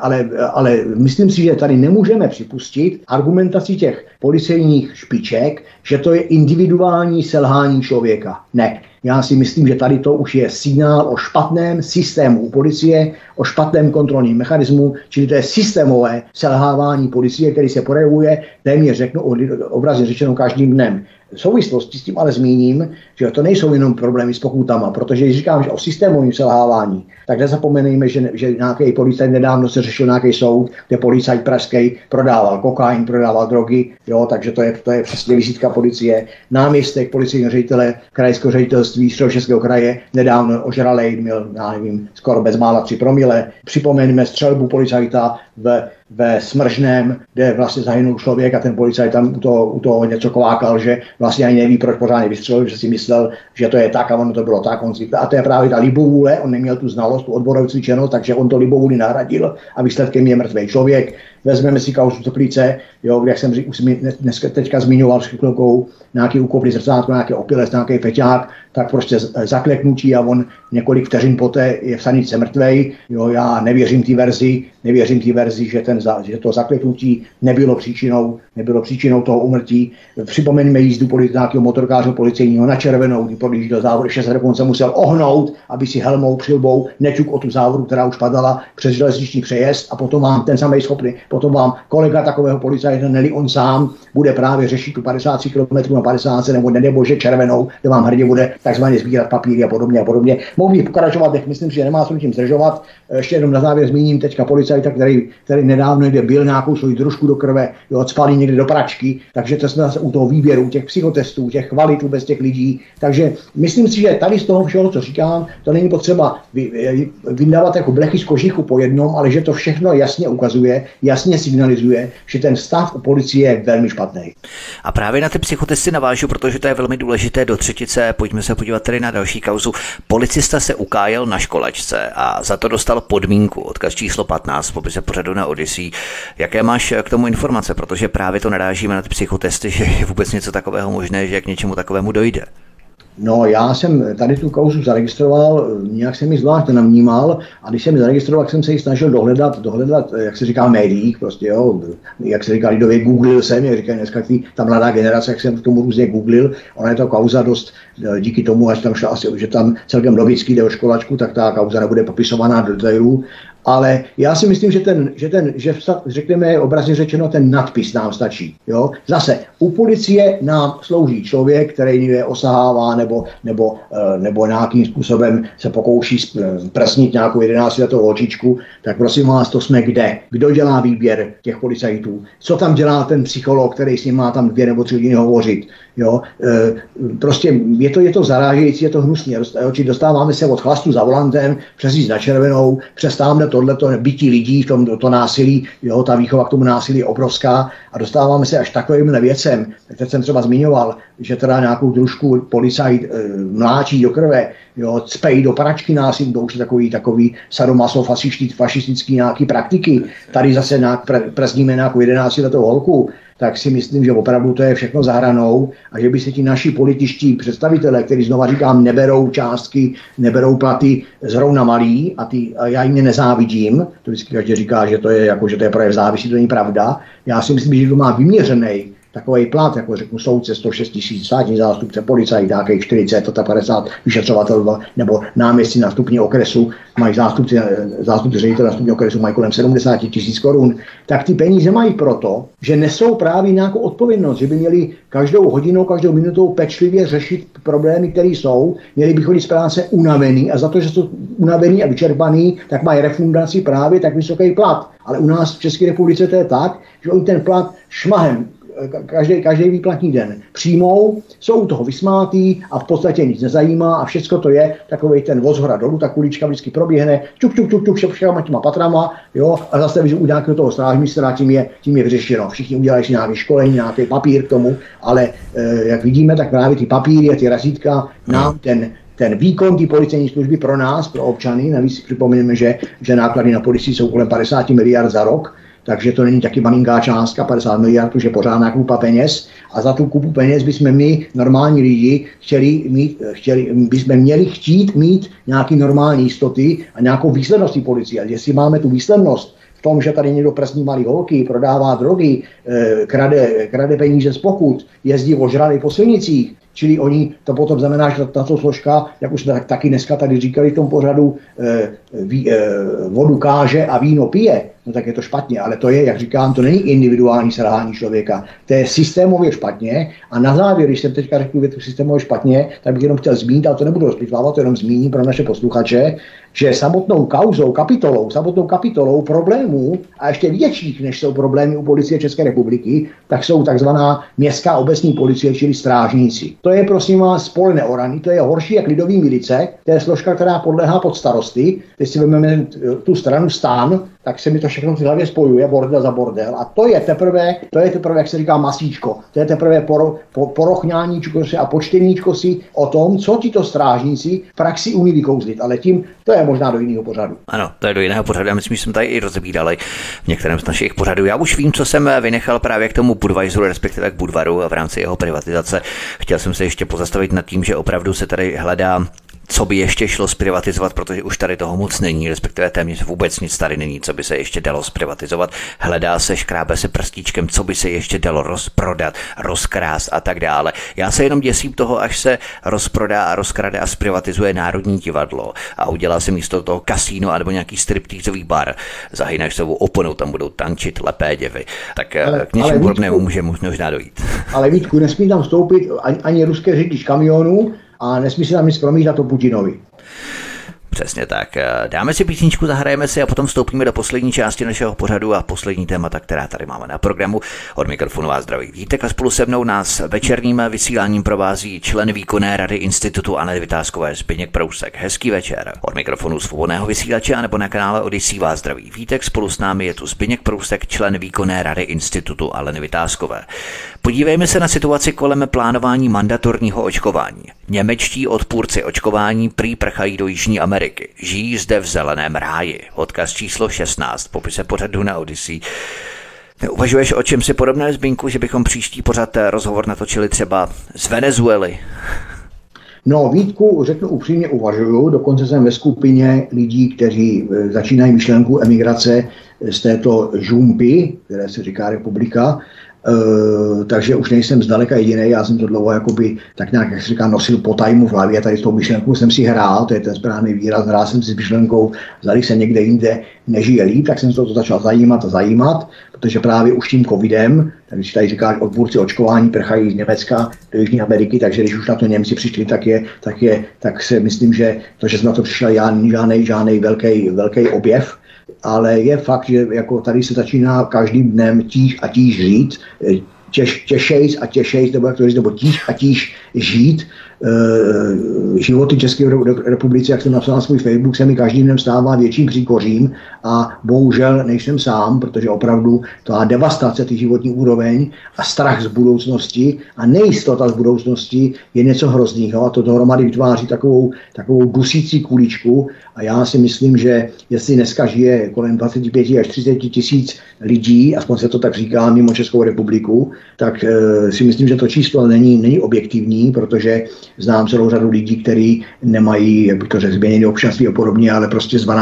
ale myslím si, že tady nemůžeme připustit argumentaci těch policejních špiček, že to je individuální selhání člověka. Ne. Já si myslím, že tady to už je signál o špatném systému u policie, o špatném kontrolním mechanismu, čili to je systémové selhávání policie, který se projevuje, téměř řeknu obrazně řečeno každým dnem. V souvislosti s tím ale zmíním, že to nejsou jenom problémy s pokutama, protože když říkám, že o systémovém selhávání, tak nezapomenejme, že nějaký policajt nedávno se řešil nějaký soud, kde policajt pražský prodával kokain, prodával drogy, takže to je přesně vizitka policie. Náměstek policejního ředitele krajského ředitelství Středočeského kraje nedávno ožralej, měl, já nevím, skoro bezmála 3 promile. Připomeňme střelbu policajta ve Smržném, kde vlastně zahynul člověk a ten policajt tam u toho něco kvákal, že vlastně ani neví, proč pořádně vystřelil, že si myslel, že to je tak a ono to bylo tak. A to je právě ta libovůle, on neměl tu znalost, tu odborovou cvičenost, takže on to libovůli nahradil a výsledkem je mrtvý člověk. Vezmeme si kauzu Teplice, jak jsem dneska teďka zmiňoval s chvilkou, nějaký úkopný zrcátko, nějaký opilec, nějaký feťák, tak prostě zakleknutí a on několik vteřin poté je v sanice mrtvej. Já nevěřím té verzi, že to zakleknutí nebylo příčinou toho úmrtí. Připomeňme jízdu nějakého motorkáře policejního na červenou, kdy podjížděl závod 6 dokonce musel ohnout, aby si helmou, přilbou nečuk o tu závodu, která už padala přes železniční přejezd a potom vám ten samej schopný, potom vám kolega takového policajta, neli on sám, bude právě řešit tu 50 km na 50 nebo nedebože červenou, kde vám hrdě bude takzvaně sbírat papíry a podobně. Mohu bych pokračovat, myslím si, že nemá co tím zdržovat. Ještě jenom na závěr zmíním teďka policajta, který nedávno někde byl nějakou svoji družku do krve, odspalí někde do pračky, takže to jsme zase u toho výběru, těch psychotestů, těch kvalit vůbec těch lidí. Takže myslím si, že tady z toho všeho, co říkám, to není potřeba vydávat jako blechy z kožichu po jednom, ale že to všechno jasně ukazuje, jasně signalizuje, že ten stav u policie je velmi špatný. A právě na ty psychotesty navážu, protože to je velmi důležité do třetice. Pojďme se podívat tedy na další kauzu. Policista se ukájel na školačce a za to dostal podmínku. Odkaz číslo 15 v popise pořadu na Odyssey. Jaké máš k tomu informace? Protože právě to narážíme na ty psychotesty, že je vůbec něco takového možné, že k něčemu takovému dojde. No, já jsem tady tu kauzu zaregistroval, nějak jsem ji zvlášť nenavnímal, a když jsem ji zaregistroval, tak jsem se ji snažil dohledat, jak se říká, v médiích, prostě, jo, jak se říká lidově, googlil jsem, jak říkají dneska ta mladá generace, jak jsem k tomu různě googlil, ona je to kauza dost, díky tomu, až tam šla asi, že tam celkem logicky jde o školačku, tak ta kauza nebude popisovaná do detailů. Ale já si myslím, že řekněme obrazně řečeno, ten nadpis nám stačí. Jo? Zase u policie nám slouží člověk, který je osahává nebo nějakým způsobem se pokouší prsnit nějakou 11letou holčičku, tak prosím vás, to jsme kde? Kdo dělá výběr těch policajtů? Co tam dělá ten psycholog, který s ním má tam 2 nebo 3 hodiny hovořit? Jo? Prostě je to zarážející, je to hnusný. Dostáváme se od chlastu za volantem, přes jízd na červenou, přes tamhle tohleto bytí lidí, to násilí, jo, ta výchova k tomu násilí je obrovská a dostáváme se až takovýmhle věcem. Teď jsem třeba zmiňoval, že teda nějakou družku policajt mláčí do krve, jo, cpejí do pračky násilí, to už je takový sadomaso fašistický nějaký praktiky. Tady zase przníme nějakou 11letou holku, tak si myslím, že opravdu to je všechno za hranou a že by se ti naši političtí představitelé, kteří znova říkám, neberou částky, neberou platy zrovna malý a já jim nezávidím, to vždycky každý říká, že to je projev závisí, to není pravda. Já si myslím, že to má vyměřený takový plat, jako řeknu soudce 106 000, státní zástupce, policajt, nějakých 40, 50 vyšetřovatelů nebo náměstci na stupni okresu, mají zástupci ředitele na stupni okresu mají kolem 70 000 korun, tak ty peníze mají proto, že nesou právě nějakou odpovědnost, že by měli každou hodinou, každou minutou pečlivě řešit problémy, které jsou, měli by chodit z práce unavený a za to, že jsou unavený a vyčerpaný, tak mají refundaci právě tak vysoký plat. Ale u nás v České republice to je tak, že oni ten plat šmahem každý výplatní den přijmou, jsou u toho vysmátý a v podstatě nic nezajímá a všecko to je takovej ten voz hora dolů, ta kulička vždycky proběhne, čuk, všema těma patrama, jo, a zase u nějakého toho strážmistra tím je vyřešeno. Všichni udělají si nějaký školení, nějaký papír k tomu, ale jak vidíme, tak právě ty papíry a ty razítka nám ten výkon té policejní služby pro nás, pro občany, navíc si připomeneme, že náklady na policii jsou kolem 50 miliard za rok, takže to není taky malinká částka, 50 miliard, už je pořádná kupa peněz a za tu kupu peněz bychom my, normální lidi, bychom měli chtít mít nějaký normální jistoty a nějakou výslednost policie. A jestli máme tu výslednost v tom, že tady někdo prsní malý holky, prodává drogy, krade peníze z pokut, jezdí ožralý po silnicích, čili oni, to potom znamená, že tato složka, jak už jsme taky dneska tady říkali v tom pořadu, vodu káže a víno pije, no tak je to špatně, ale to je, jak říkám, to není individuální selhání člověka, to je systémově špatně a na závěr, když jsem teďka řekl větu systémově špatně, tak bych jenom chtěl zmínit, ale to nebudu rozpitvávat, to jenom zmíním pro naše posluchače, že samotnou kapitolou problémů a ještě větších, než jsou problémy u policie České republiky, tak jsou takzvaná městská obecní policie, čili strážníci. To je, prosím vás, pole neoraný, to je horší jak lidový milice, to je složka, která podléhá pod starosty. Teď si vezmeme tu stranu STAN, tak se mi to všechno v hlavě spojuje, bordel za bordel. A to je teprve, jak se říká, masíčko. To je teprve porochňáníčko si a počteníčko si o tom, co tito strážníci v praxi umí vykouzlit. Ale tím to je možná do jiného pořadu. Ano, to je do jiného pořadu. Já myslím, že jsme tady i rozebírali v některém z našich pořadů. Já už vím, co jsem vynechal právě k tomu Budweiseru, respektive k Budvaru v rámci jeho privatizace. Chtěl jsem se ještě pozastavit nad tím, že opravdu se tady hledá, co by ještě šlo zprivatizovat, protože už tady toho moc není, respektive téměř vůbec nic tady není, co by se ještě dalo zprivatizovat. Hledá se, škrábe se prstíčkem, co by se ještě dalo rozprodat, rozkrást a tak dále. Já se jenom děsím toho, až se rozprodá a rozkrade a zprivatizuje Národní divadlo a udělá se místo toho kasíno nebo nějaký striptýzový bar. Za Hynešovou oponou tam budou tančit lepé děvy. Tak k něčemu podobnému může možná dojít. Ale Vítku, nesmí tam vstoupit ani ruské řidič kamionů, a nesmí se tam nic promítat o Putinovi. Přesně tak. Dáme si písničku, zahrajeme si a potom vstoupíme do poslední části našeho pořadu a poslední témata, která tady máme na programu. Od mikrofonu vás zdraví Vítek a spolu se mnou nás večerním vysíláním provází člen výkonné rady Institutu Aleny Vytázkové Zbyněk Prousek. Hezký večer. Od mikrofonu svobodného vysílače a nebo na kanále Odyssey vás zdraví Vítek. Spolu s námi je tu Zbyněk Prousek, člen výkonné rady Institutu Aleny Vytázkové. Podívejme se na situaci kolem plánování mandatorního očkování. Němečtí odpůrci očkování prý prchají do Jižní Ameriky. Žijí zde v zeleném ráji. Odkaz číslo 16, popise pořadu na Odyssey. Uvažuješ o čem si podobné, Zbyňku, že bychom příští pořad rozhovor natočili třeba z Venezuely? No, Vítku, řeknu upřímně, uvažuju, dokonce jsem ve skupině lidí, kteří začínají myšlenku emigrace z této žumpy, které se říká republika, takže už nejsem zdaleka jediný, já jsem to dlouho jakoby, tak nějak, jak se říká, nosil po tajmu v hlavě, tady s tou myšlenkou jsem si hrál, to je ten správný výraz, hrál jsem si s myšlenkou, zdali se někde jinde nežije líp, tak jsem se to začal zajímat, protože právě už tím covidem, tak když tady říkáš, odpůrci očkování prchají z Německa do Jižní Ameriky, takže když už na to Němci přišli, tak se myslím, že to, že jsme na to přišli, žádný velký objev, ale je fakt, že jako tady se začíná každým dnem tíž a tíž žít, těžejc a těžejc, nebo tíž a tíž žít. Životy České republice, jak jsem napsal na svůj Facebook, se mi každým dnem stává větším příkořím a bohužel nejsem sám, protože opravdu ta devastace, ty životní úroveň a strach z budoucnosti a nejistota z budoucnosti je něco hroznýho a to dohromady vytváří takovou dusící kuličku a já si myslím, že jestli dneska žije kolem 25 až 30 tisíc lidí, aspoň se to tak říká mimo Českou republiku, tak si myslím, že to číslo není objektivní, protože znám celou řadu lidí, kteří nemají, jak bych to řekl, změněné občanství a podobně, ale prostě z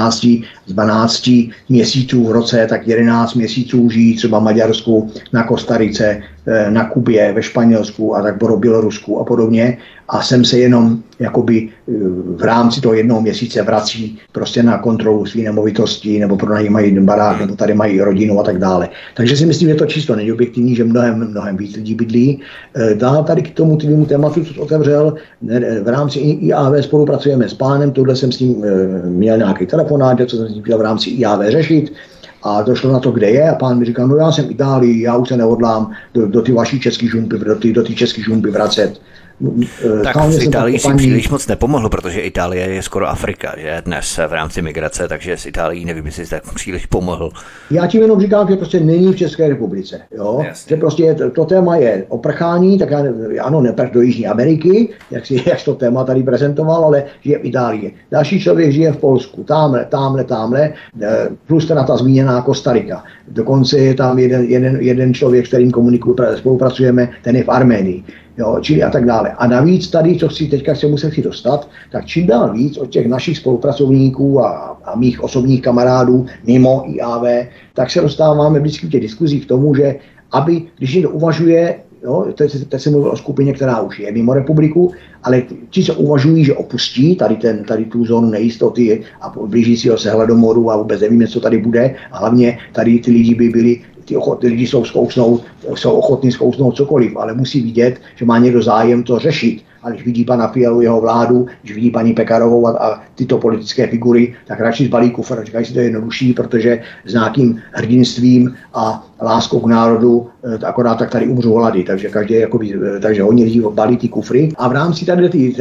12 měsíců v roce, tak 11 měsíců žijí třeba v Maďarsku, na Kostarice, na Kubě, ve Španělsku a tak do Bělorusku a podobně. A sem se jenom jakoby v rámci toho jednoho měsíce vrací prostě na kontrolu své nemovitosti, nebo pronajímají barák, nebo tady mají rodinu a tak dále. Takže si myslím, že to číslo není objektivní, že mnohem víc lidí bydlí. Dál tady k tomu tvému tématu, co otevřel, v rámci IAV spolupracujeme s pánem, tohle jsem s ním měl nějaký telefonát, co jsem s ním chtěl v rámci IAV řešit. A došlo na to, kde je, a pán mi říkal, no já jsem v Itálii, já už se nehodlám do ty vaší české žumpy, do ty české žumpy vracet. Tak v Itálii si příliš moc nepomohl, protože Itálie je skoro Afrika, že dnes v rámci migrace, takže s Itálií nevím, jestli jsi tak příliš pomohl. Já ti jenom říkám, že prostě není v České republice. Jo? Že prostě to téma je oprchání, tak ano, neprch do Jižní Ameriky, jak to téma tady prezentoval, ale žije v Itálii. Další člověk žije v Polsku, tamhle, plus teda ta zmíněná Kostarika. Dokonce je tam jeden člověk, s kterým spolupracujeme, ten je v Arménii. Jo, čili a tak dále. A navíc tady, co chci teďka se musím dostat, tak čím dál víc od těch našich spolupracovníků a mých osobních kamarádů mimo IAV, tak se dostáváme vždycky v těch diskuzích k tomu, že aby, když někdo uvažuje, jo, teď jsem mluvil o skupině, která už je mimo republiku, ale ti, co uvažují, že opustí tady tu zónu nejistoty a blížícího se hladomoru a vůbec nevíme, co tady bude, a hlavně tady ty lidi by byli, ty lidi jsou ochotní zkousnout cokoliv, ale musí vidět, že má někdo zájem to řešit. A když vidí pana Fialu, jeho vládu, když vidí paní Pekarovou a tyto politické figury, tak radši zbalí kufr a říkají si, to je jednodušší, protože s nějakým hrdinstvím a láskou k národu akorát tak tady umřou hlady. Takže hodně lidí balí ty kufry. A v rámci tady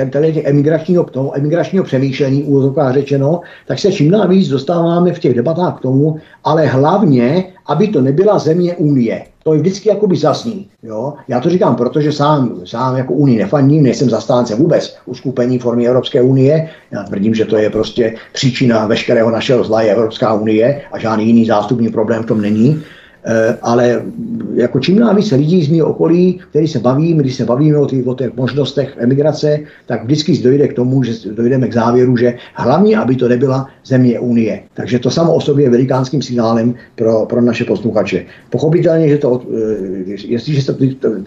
emigračního přemýšlení, úvozovkách řečeno, tak se čím dál víc dostáváme v těch debatách k tomu, ale hlavně, aby to nebyla země Unie. To je vždycky jakoby zasní. Jo? Já to říkám, protože sám jako Unii nefandím, nejsem zastánce vůbec uskupení formy Evropské unie. Já tvrdím, že to je prostě příčina veškerého našeho zla je Evropská unie a žádný jiný zástupný problém v tom není. Ale jako čím dál více lidí z mého okolí, když se bavíme o těch možnostech emigrace, tak vždycky dojde k tomu, že dojdeme k závěru, že hlavně, aby to nebyla země Unie. Takže to samo o sobě je velikánským signálem pro naše posluchače. Pochopitelně, že jestliže se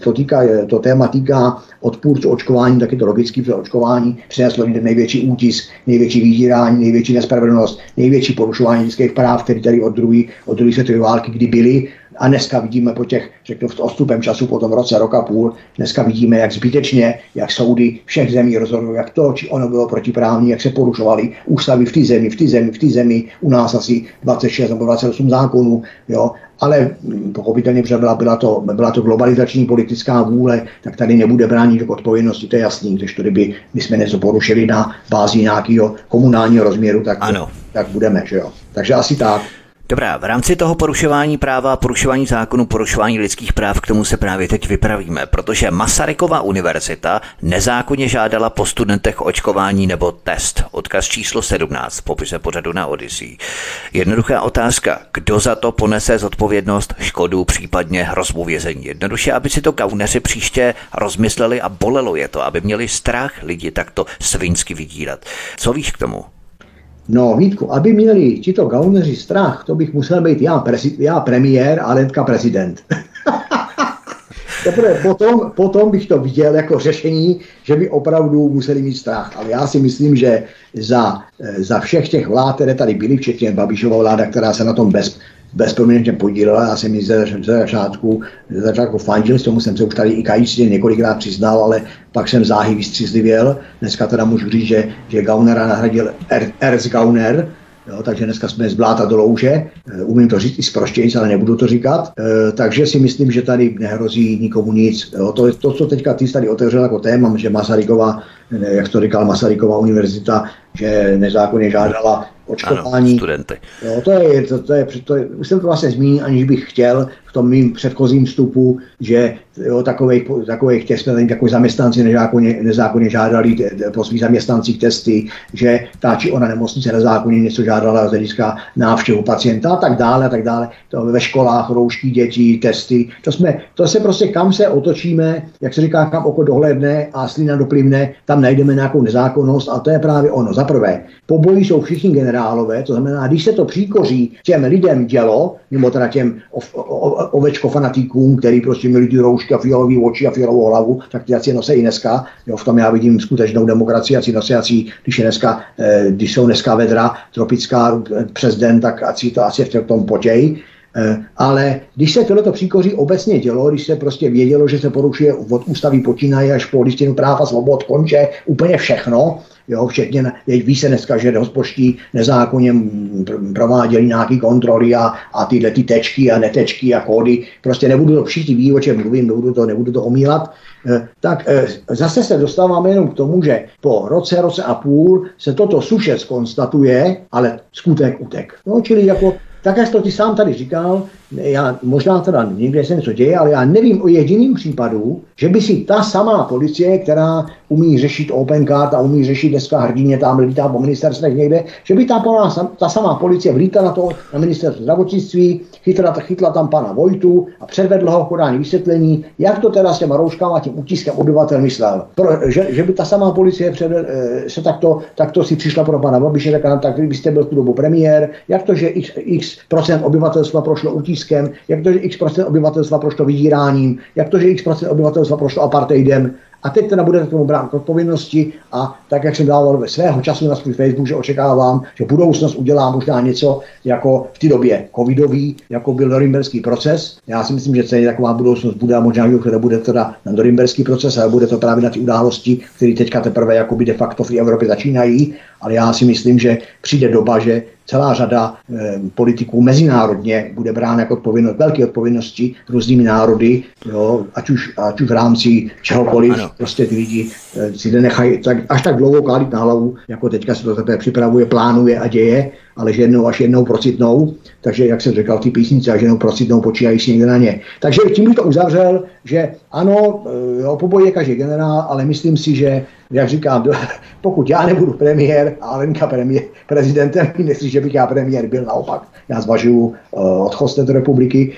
to téma týká odpůrců očkování, tak je to logicky, protože očkování přineslo lidem největší útisk, největší vydírání, největší nespravedlnost, největší porušování lidských práv, které tady od druhé světové války kdy byly. A dneska vidíme po těch, řeknu v odstupem času, po tom roce, rok a půl, dneska vidíme, jak zbytečně, jak soudy všech zemí rozhodují, jak to, či ono bylo protiprávní, jak se porušovaly ústavy v té zemi, u nás asi 26 nebo 28 zákonů, jo. Ale pochopitelně, protože byla to globalizační politická vůle, tak tady nebude bránit k odpovědnosti, to je jasný, když to kdyby jsme něco porušili na bázi nějakého komunálního rozměru, tak budeme, že jo. Takže asi tak. Dobrá, v rámci toho porušování práva, porušování zákonu, porušování lidských práv, k tomu se právě teď vypravíme, protože Masarykova univerzita nezákonně žádala po studentech očkování nebo test. Odkaz číslo 17 v popise pořadu na Odyssey. Jednoduchá otázka, kdo za to ponese zodpovědnost, škodu, případně hrozbu vězení. Jednoduše, aby si to gauneři příště rozmysleli a bolelo je to, aby měli strach lidi takto svinsky vydírat. Co víš k tomu? No Vítku, aby měli tito gauneři strach, to bych musel být já premiér a Lenka prezident. Teprve potom bych to viděl jako řešení, že by opravdu museli mít strach. Ale já si myslím, že za všech těch vlád, které tady byly, včetně Babišova vláda, která se na tom bezprominentně podílela, já jsem ji ze začátku fandil, s tomu jsem se už tady i kajícně několikrát přiznal, ale pak jsem záhy vystřízlivěl. Dneska teda můžu říct, že Gaunera nahradil Gauner, jo, takže dneska jsme z bláta do louže, umím to říct i zproštějc, ale nebudu to říkat, takže si myslím, že tady nehrozí nikomu nic. Jo, to, co teďka ty tady otevřel jako téma, že Masarykova, jak to říkal, Masarykova univerzita, že nezákonně žádala očkování. Ano, studenty. Jo, to je, už jsem to vlastně zmínil, aniž bych chtěl v tom mým předchozím vstupu, že jo, takových těch jsme takový zaměstnanci nezákonně žádali po svých zaměstnancích testy, že ta či ona nemocnice nezákonně něco žádala z hlediska návštěvu pacienta a tak dále. To ve školách, roušky dětí, testy. To se prostě kam se otočíme, jak se říká, kam oko dohlédne a slina doplivne, tam najdeme nějakou nezákonnost a to je právě ono. Za prvé, po boji jsou všichni generálové, to znamená, když se to příkoří těm lidem dělo, nebo teda těm ovečko fanatikům, který prostě měli ty roušky a fialový oči a fialovou hlavu, tak ty asi nosí i dneska. Jo, v tom já vidím skutečnou demokracii, když jsou dneska vedra tropická přes den, tak asi to asi v tom potěj. Ale když se tohleto příkoří obecně dělo, když se prostě vědělo, že se porušuje od ústavy počínaje až po listinu práv a svobod konče úplně všechno, jo, včetně, ví se dneska, že rozpočty nezákonně prováděli nějaké kontroly a tyhle ty tečky a netečky a kódy, prostě nebudu to všichni ví, o čem mluvím, nebudu to omílat, tak zase se dostáváme jenom k tomu, že po roce a půl se toto suše zkonstatuje, ale skutek utek. No, čili jako tak, jak to ty sám tady říkal, já možná teda někde se něco děje, ale já nevím o jediným případu, že by si ta samá policie, která umí řešit Opencard a umí řešit dneska hrdině, tam lítá po ministerstvech někde, že by ta samá policie vlítla na ministerstvo zdravotnictví, chytla tam pana Vojtu a předvedla ho podání vysvětlení, jak to teda s těma rouškama a tím utiskem obyvatel myslel. Že by ta samá policie se takto si přišla pro pana Babiše, řekla, tak vy byste byl v tu dobu premiér, jak to, že x procent obyvatelstva prošlo utiskem, jak to, že x procent obyvatelstva prošlo vydíráním, jak to, že x procent obyvatelstva prošlo apartheidem. A teď teda budete tomu brát k odpovědnosti a tak, jak jsem dával ve svého času na svůj Facebook, že očekávám, že budoucnost udělá možná něco jako v té době covidový, jako byl norimberský proces. Já si myslím, že celý taková budoucnost bude a možná, že bude teda na norimberský proces, ale bude to právě na ty události, které teďka teprve jakoby de facto v Evropě začínají, ale já si myslím, že přijde doba, že celá řada politiků mezinárodně bude brána jako velké odpovědnosti různými národy, jo, ať už v rámci čehokoliv, prostě ty lidi si nenechají až tak dlouho kládat na hlavu, jako teďka se to teprve připravuje, plánuje a děje, ale že až jednou procitnou, takže jak jsem řekl, ty písnice, až jednou procitnou, počítají si někde na ně. Takže tím bych to uzavřel, že ano, po boji je každý generál, ale myslím si, že, jak říkám, pokud já nebudu premiér a Lenka prezidentem, nechci, že bych já premiér byl, naopak, já zvažuju odchod z této republiky,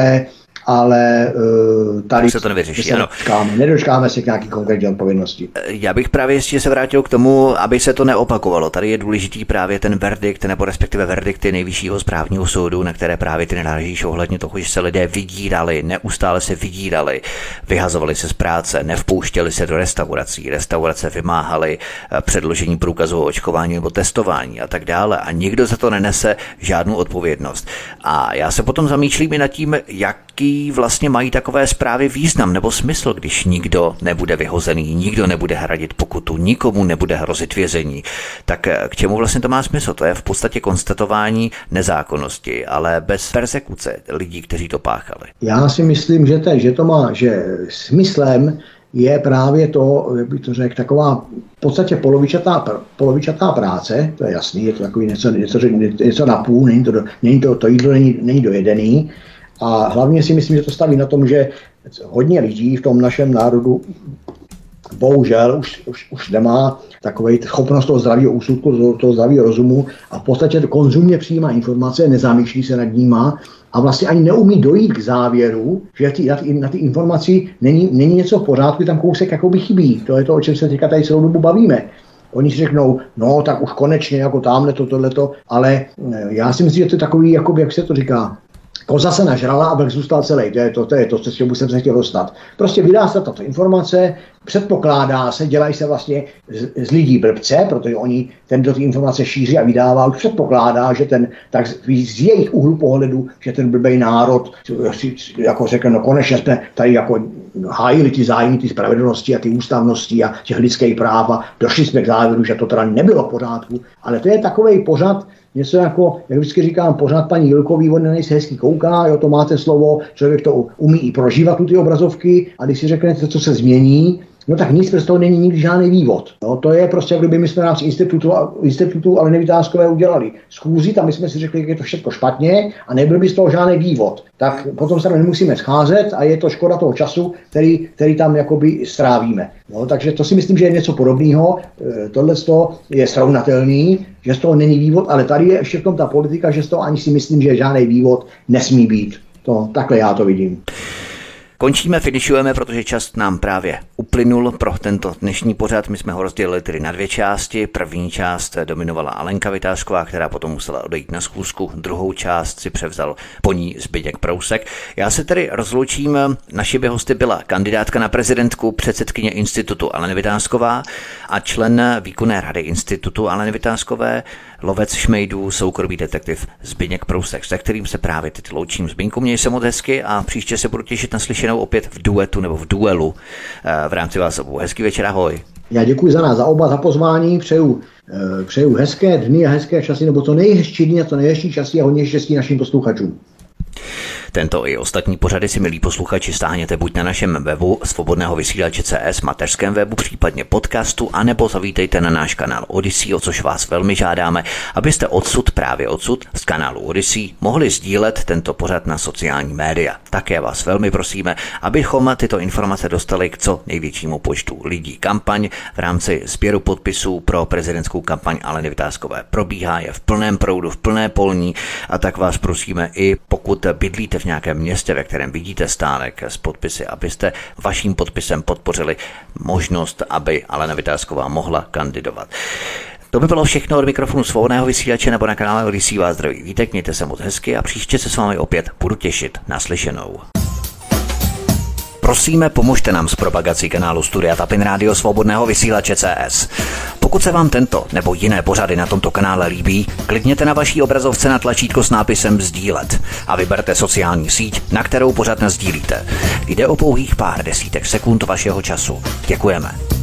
ale tady se to nevyřeší, ano. Nedočkáme se k nějaký konkrétní odpovědnosti. Já bych právě ještě se vrátil k tomu, aby se to neopakovalo. Tady je důležitý právě ten verdikt, nebo respektive verdikty Nejvyššího správního soudu, na které právě ty narážíš ohledně toho, že se lidé vydírali, neustále se vydírali, vyhazovali se z práce, nevpouštěli se do restaurací, restaurace vymáhaly předložení průkazu o očkování nebo testování a tak dále a nikdo za to nenese žádnou odpovědnost. A já se potom zamýšlím i nad tím, jaký vlastně mají takové zprávy význam nebo smysl, když nikdo nebude vyhozený, nikdo nebude hradit pokutu, nikomu nebude hrozit vězení. Tak k čemu vlastně to má smysl? To je v podstatě konstatování nezákonnosti, ale bez perzekuce lidí, kteří to páchali. Já si myslím, že to má, že smyslem je právě to, jak bych to řekl, taková v podstatě polovičatá práce, to je jasný, je to takový něco na půl, to jídlo není dojedený. A hlavně si myslím, že to staví na tom, že hodně lidí v tom našem národu bohužel už nemá takovej schopnost toho zdravého úsudku, toho zdravého rozumu a v podstatě konzumně přijímá informace, nezamýšlí se nad níma a vlastně ani neumí dojít k závěru, že na ty informaci není něco v pořádku, tam kousek jakoby chybí. To je to, o čem se teďka tady celou dobu bavíme. Oni si řeknou, no tak už konečně, jako tamhle tohleto, ale já si myslím, že to je takový, jakoby, jak se to říká, koza se nažrala a vlk zůstal celý. To je to, co jsem se chtěl dostat. Prostě vydá se tato informace, předpokládá se, dělají se vlastně z lidí blbce, protože oni kdo ty informace šíří a vydává, už předpokládá, že tak z jejich úhlu pohledu, že ten blbej národ, jako řekl, no konečně jsme tady jako hájili ty zájmy, ty spravedlnosti a ty ústavnosti a těch lidských práv a došli jsme k závěru, že to teda nebylo v pořádku, ale to je takovej pořad, něco jako, jak vždycky říkám, pořád paní Jilkový, on na něj se hezky kouká, jo, to máte slovo, člověk to umí i prožívat ty obrazovky a když si řeknete, co se změní, no tak nic z toho není nikdy žádný vývod. No, to je prostě, jak kdyby my jsme nás institutu Aleny Vitáskové udělali schůzi, tam my jsme si řekli, že je to všechno špatně a nebyl by z toho žádný vývod. Tak potom se nemusíme scházet a je to škoda toho času, který tam jakoby strávíme. No, takže to si myslím, že je něco podobného. Tohle je srovnatelný, že z toho není vývod, ale tady je ještě v tom ta politika, že z toho ani si myslím, že žádný vývod nesmí být. Takhle já to vidím. Končíme, finišujeme, protože čas nám právě uplynul pro tento dnešní pořad. My jsme ho rozdělili tedy na 2 části. První část dominovala Alenka Vitášková, která potom musela odejít na schůzku. Druhou část si převzal po ní Zbyněk Prousek. Já se tedy rozloučím. Našimi hosty byla kandidátka na prezidentku, předsedkyně institutu Aleny Vitásková a člen výkonné rady institutu Aleny Vitáskové, lovec šmejdů, soukromý detektiv Zbyněk Prousek, se kterým se právě teď loučím. Zbyňku, měj se moc hezky a příště se budu těšit na slyšenou opět v duetu nebo v duelu v rámci vás obou. Hezký večer, ahoj. Já děkuji za oba za pozvání, přeju hezké dny a hezké časy, nebo to nejhezčí dny a to nejhezčí časy a hodně štěstí našim posluchačům. Tento i ostatní pořady si, milí posluchači, stáhněte buď na našem webu Svobodného vysílače CS, mateřském webu, případně podcastu, anebo zavítejte na náš kanál Odyssey, o což vás velmi žádáme, abyste právě odsud z kanálu Odyssey mohli sdílet tento pořad na sociální média. Také vás velmi prosíme, abychom tyto informace dostali k co největšímu počtu lidí. Kampaň v rámci sběru podpisů pro prezidentskou kampaň Aleny Vitáskové probíhá, je v plném proudu, v plné polní, a tak vás prosíme, i pokud bydlíte v nějakém městě, ve kterém vidíte stánek s podpisy, abyste vaším podpisem podpořili možnost, aby Alena Vitásková mohla kandidovat. To by bylo všechno od mikrofonu Svobodného vysílače nebo na kanále Odyssey. Vás zdraví Vítek, mějte se moc hezky a příště se s vámi opět budu těšit. Naslyšenou. Prosíme, pomožte nám s propagací kanálu Studia Tapin Rádio Svobodného vysílače CS. Pokud se vám tento nebo jiné pořady na tomto kanále líbí, klikněte na vaší obrazovce na tlačítko s nápisem sdílet a vyberte sociální síť, na kterou pořad nasdílíte. Jde o pouhých pár desítek sekund vašeho času. Děkujeme.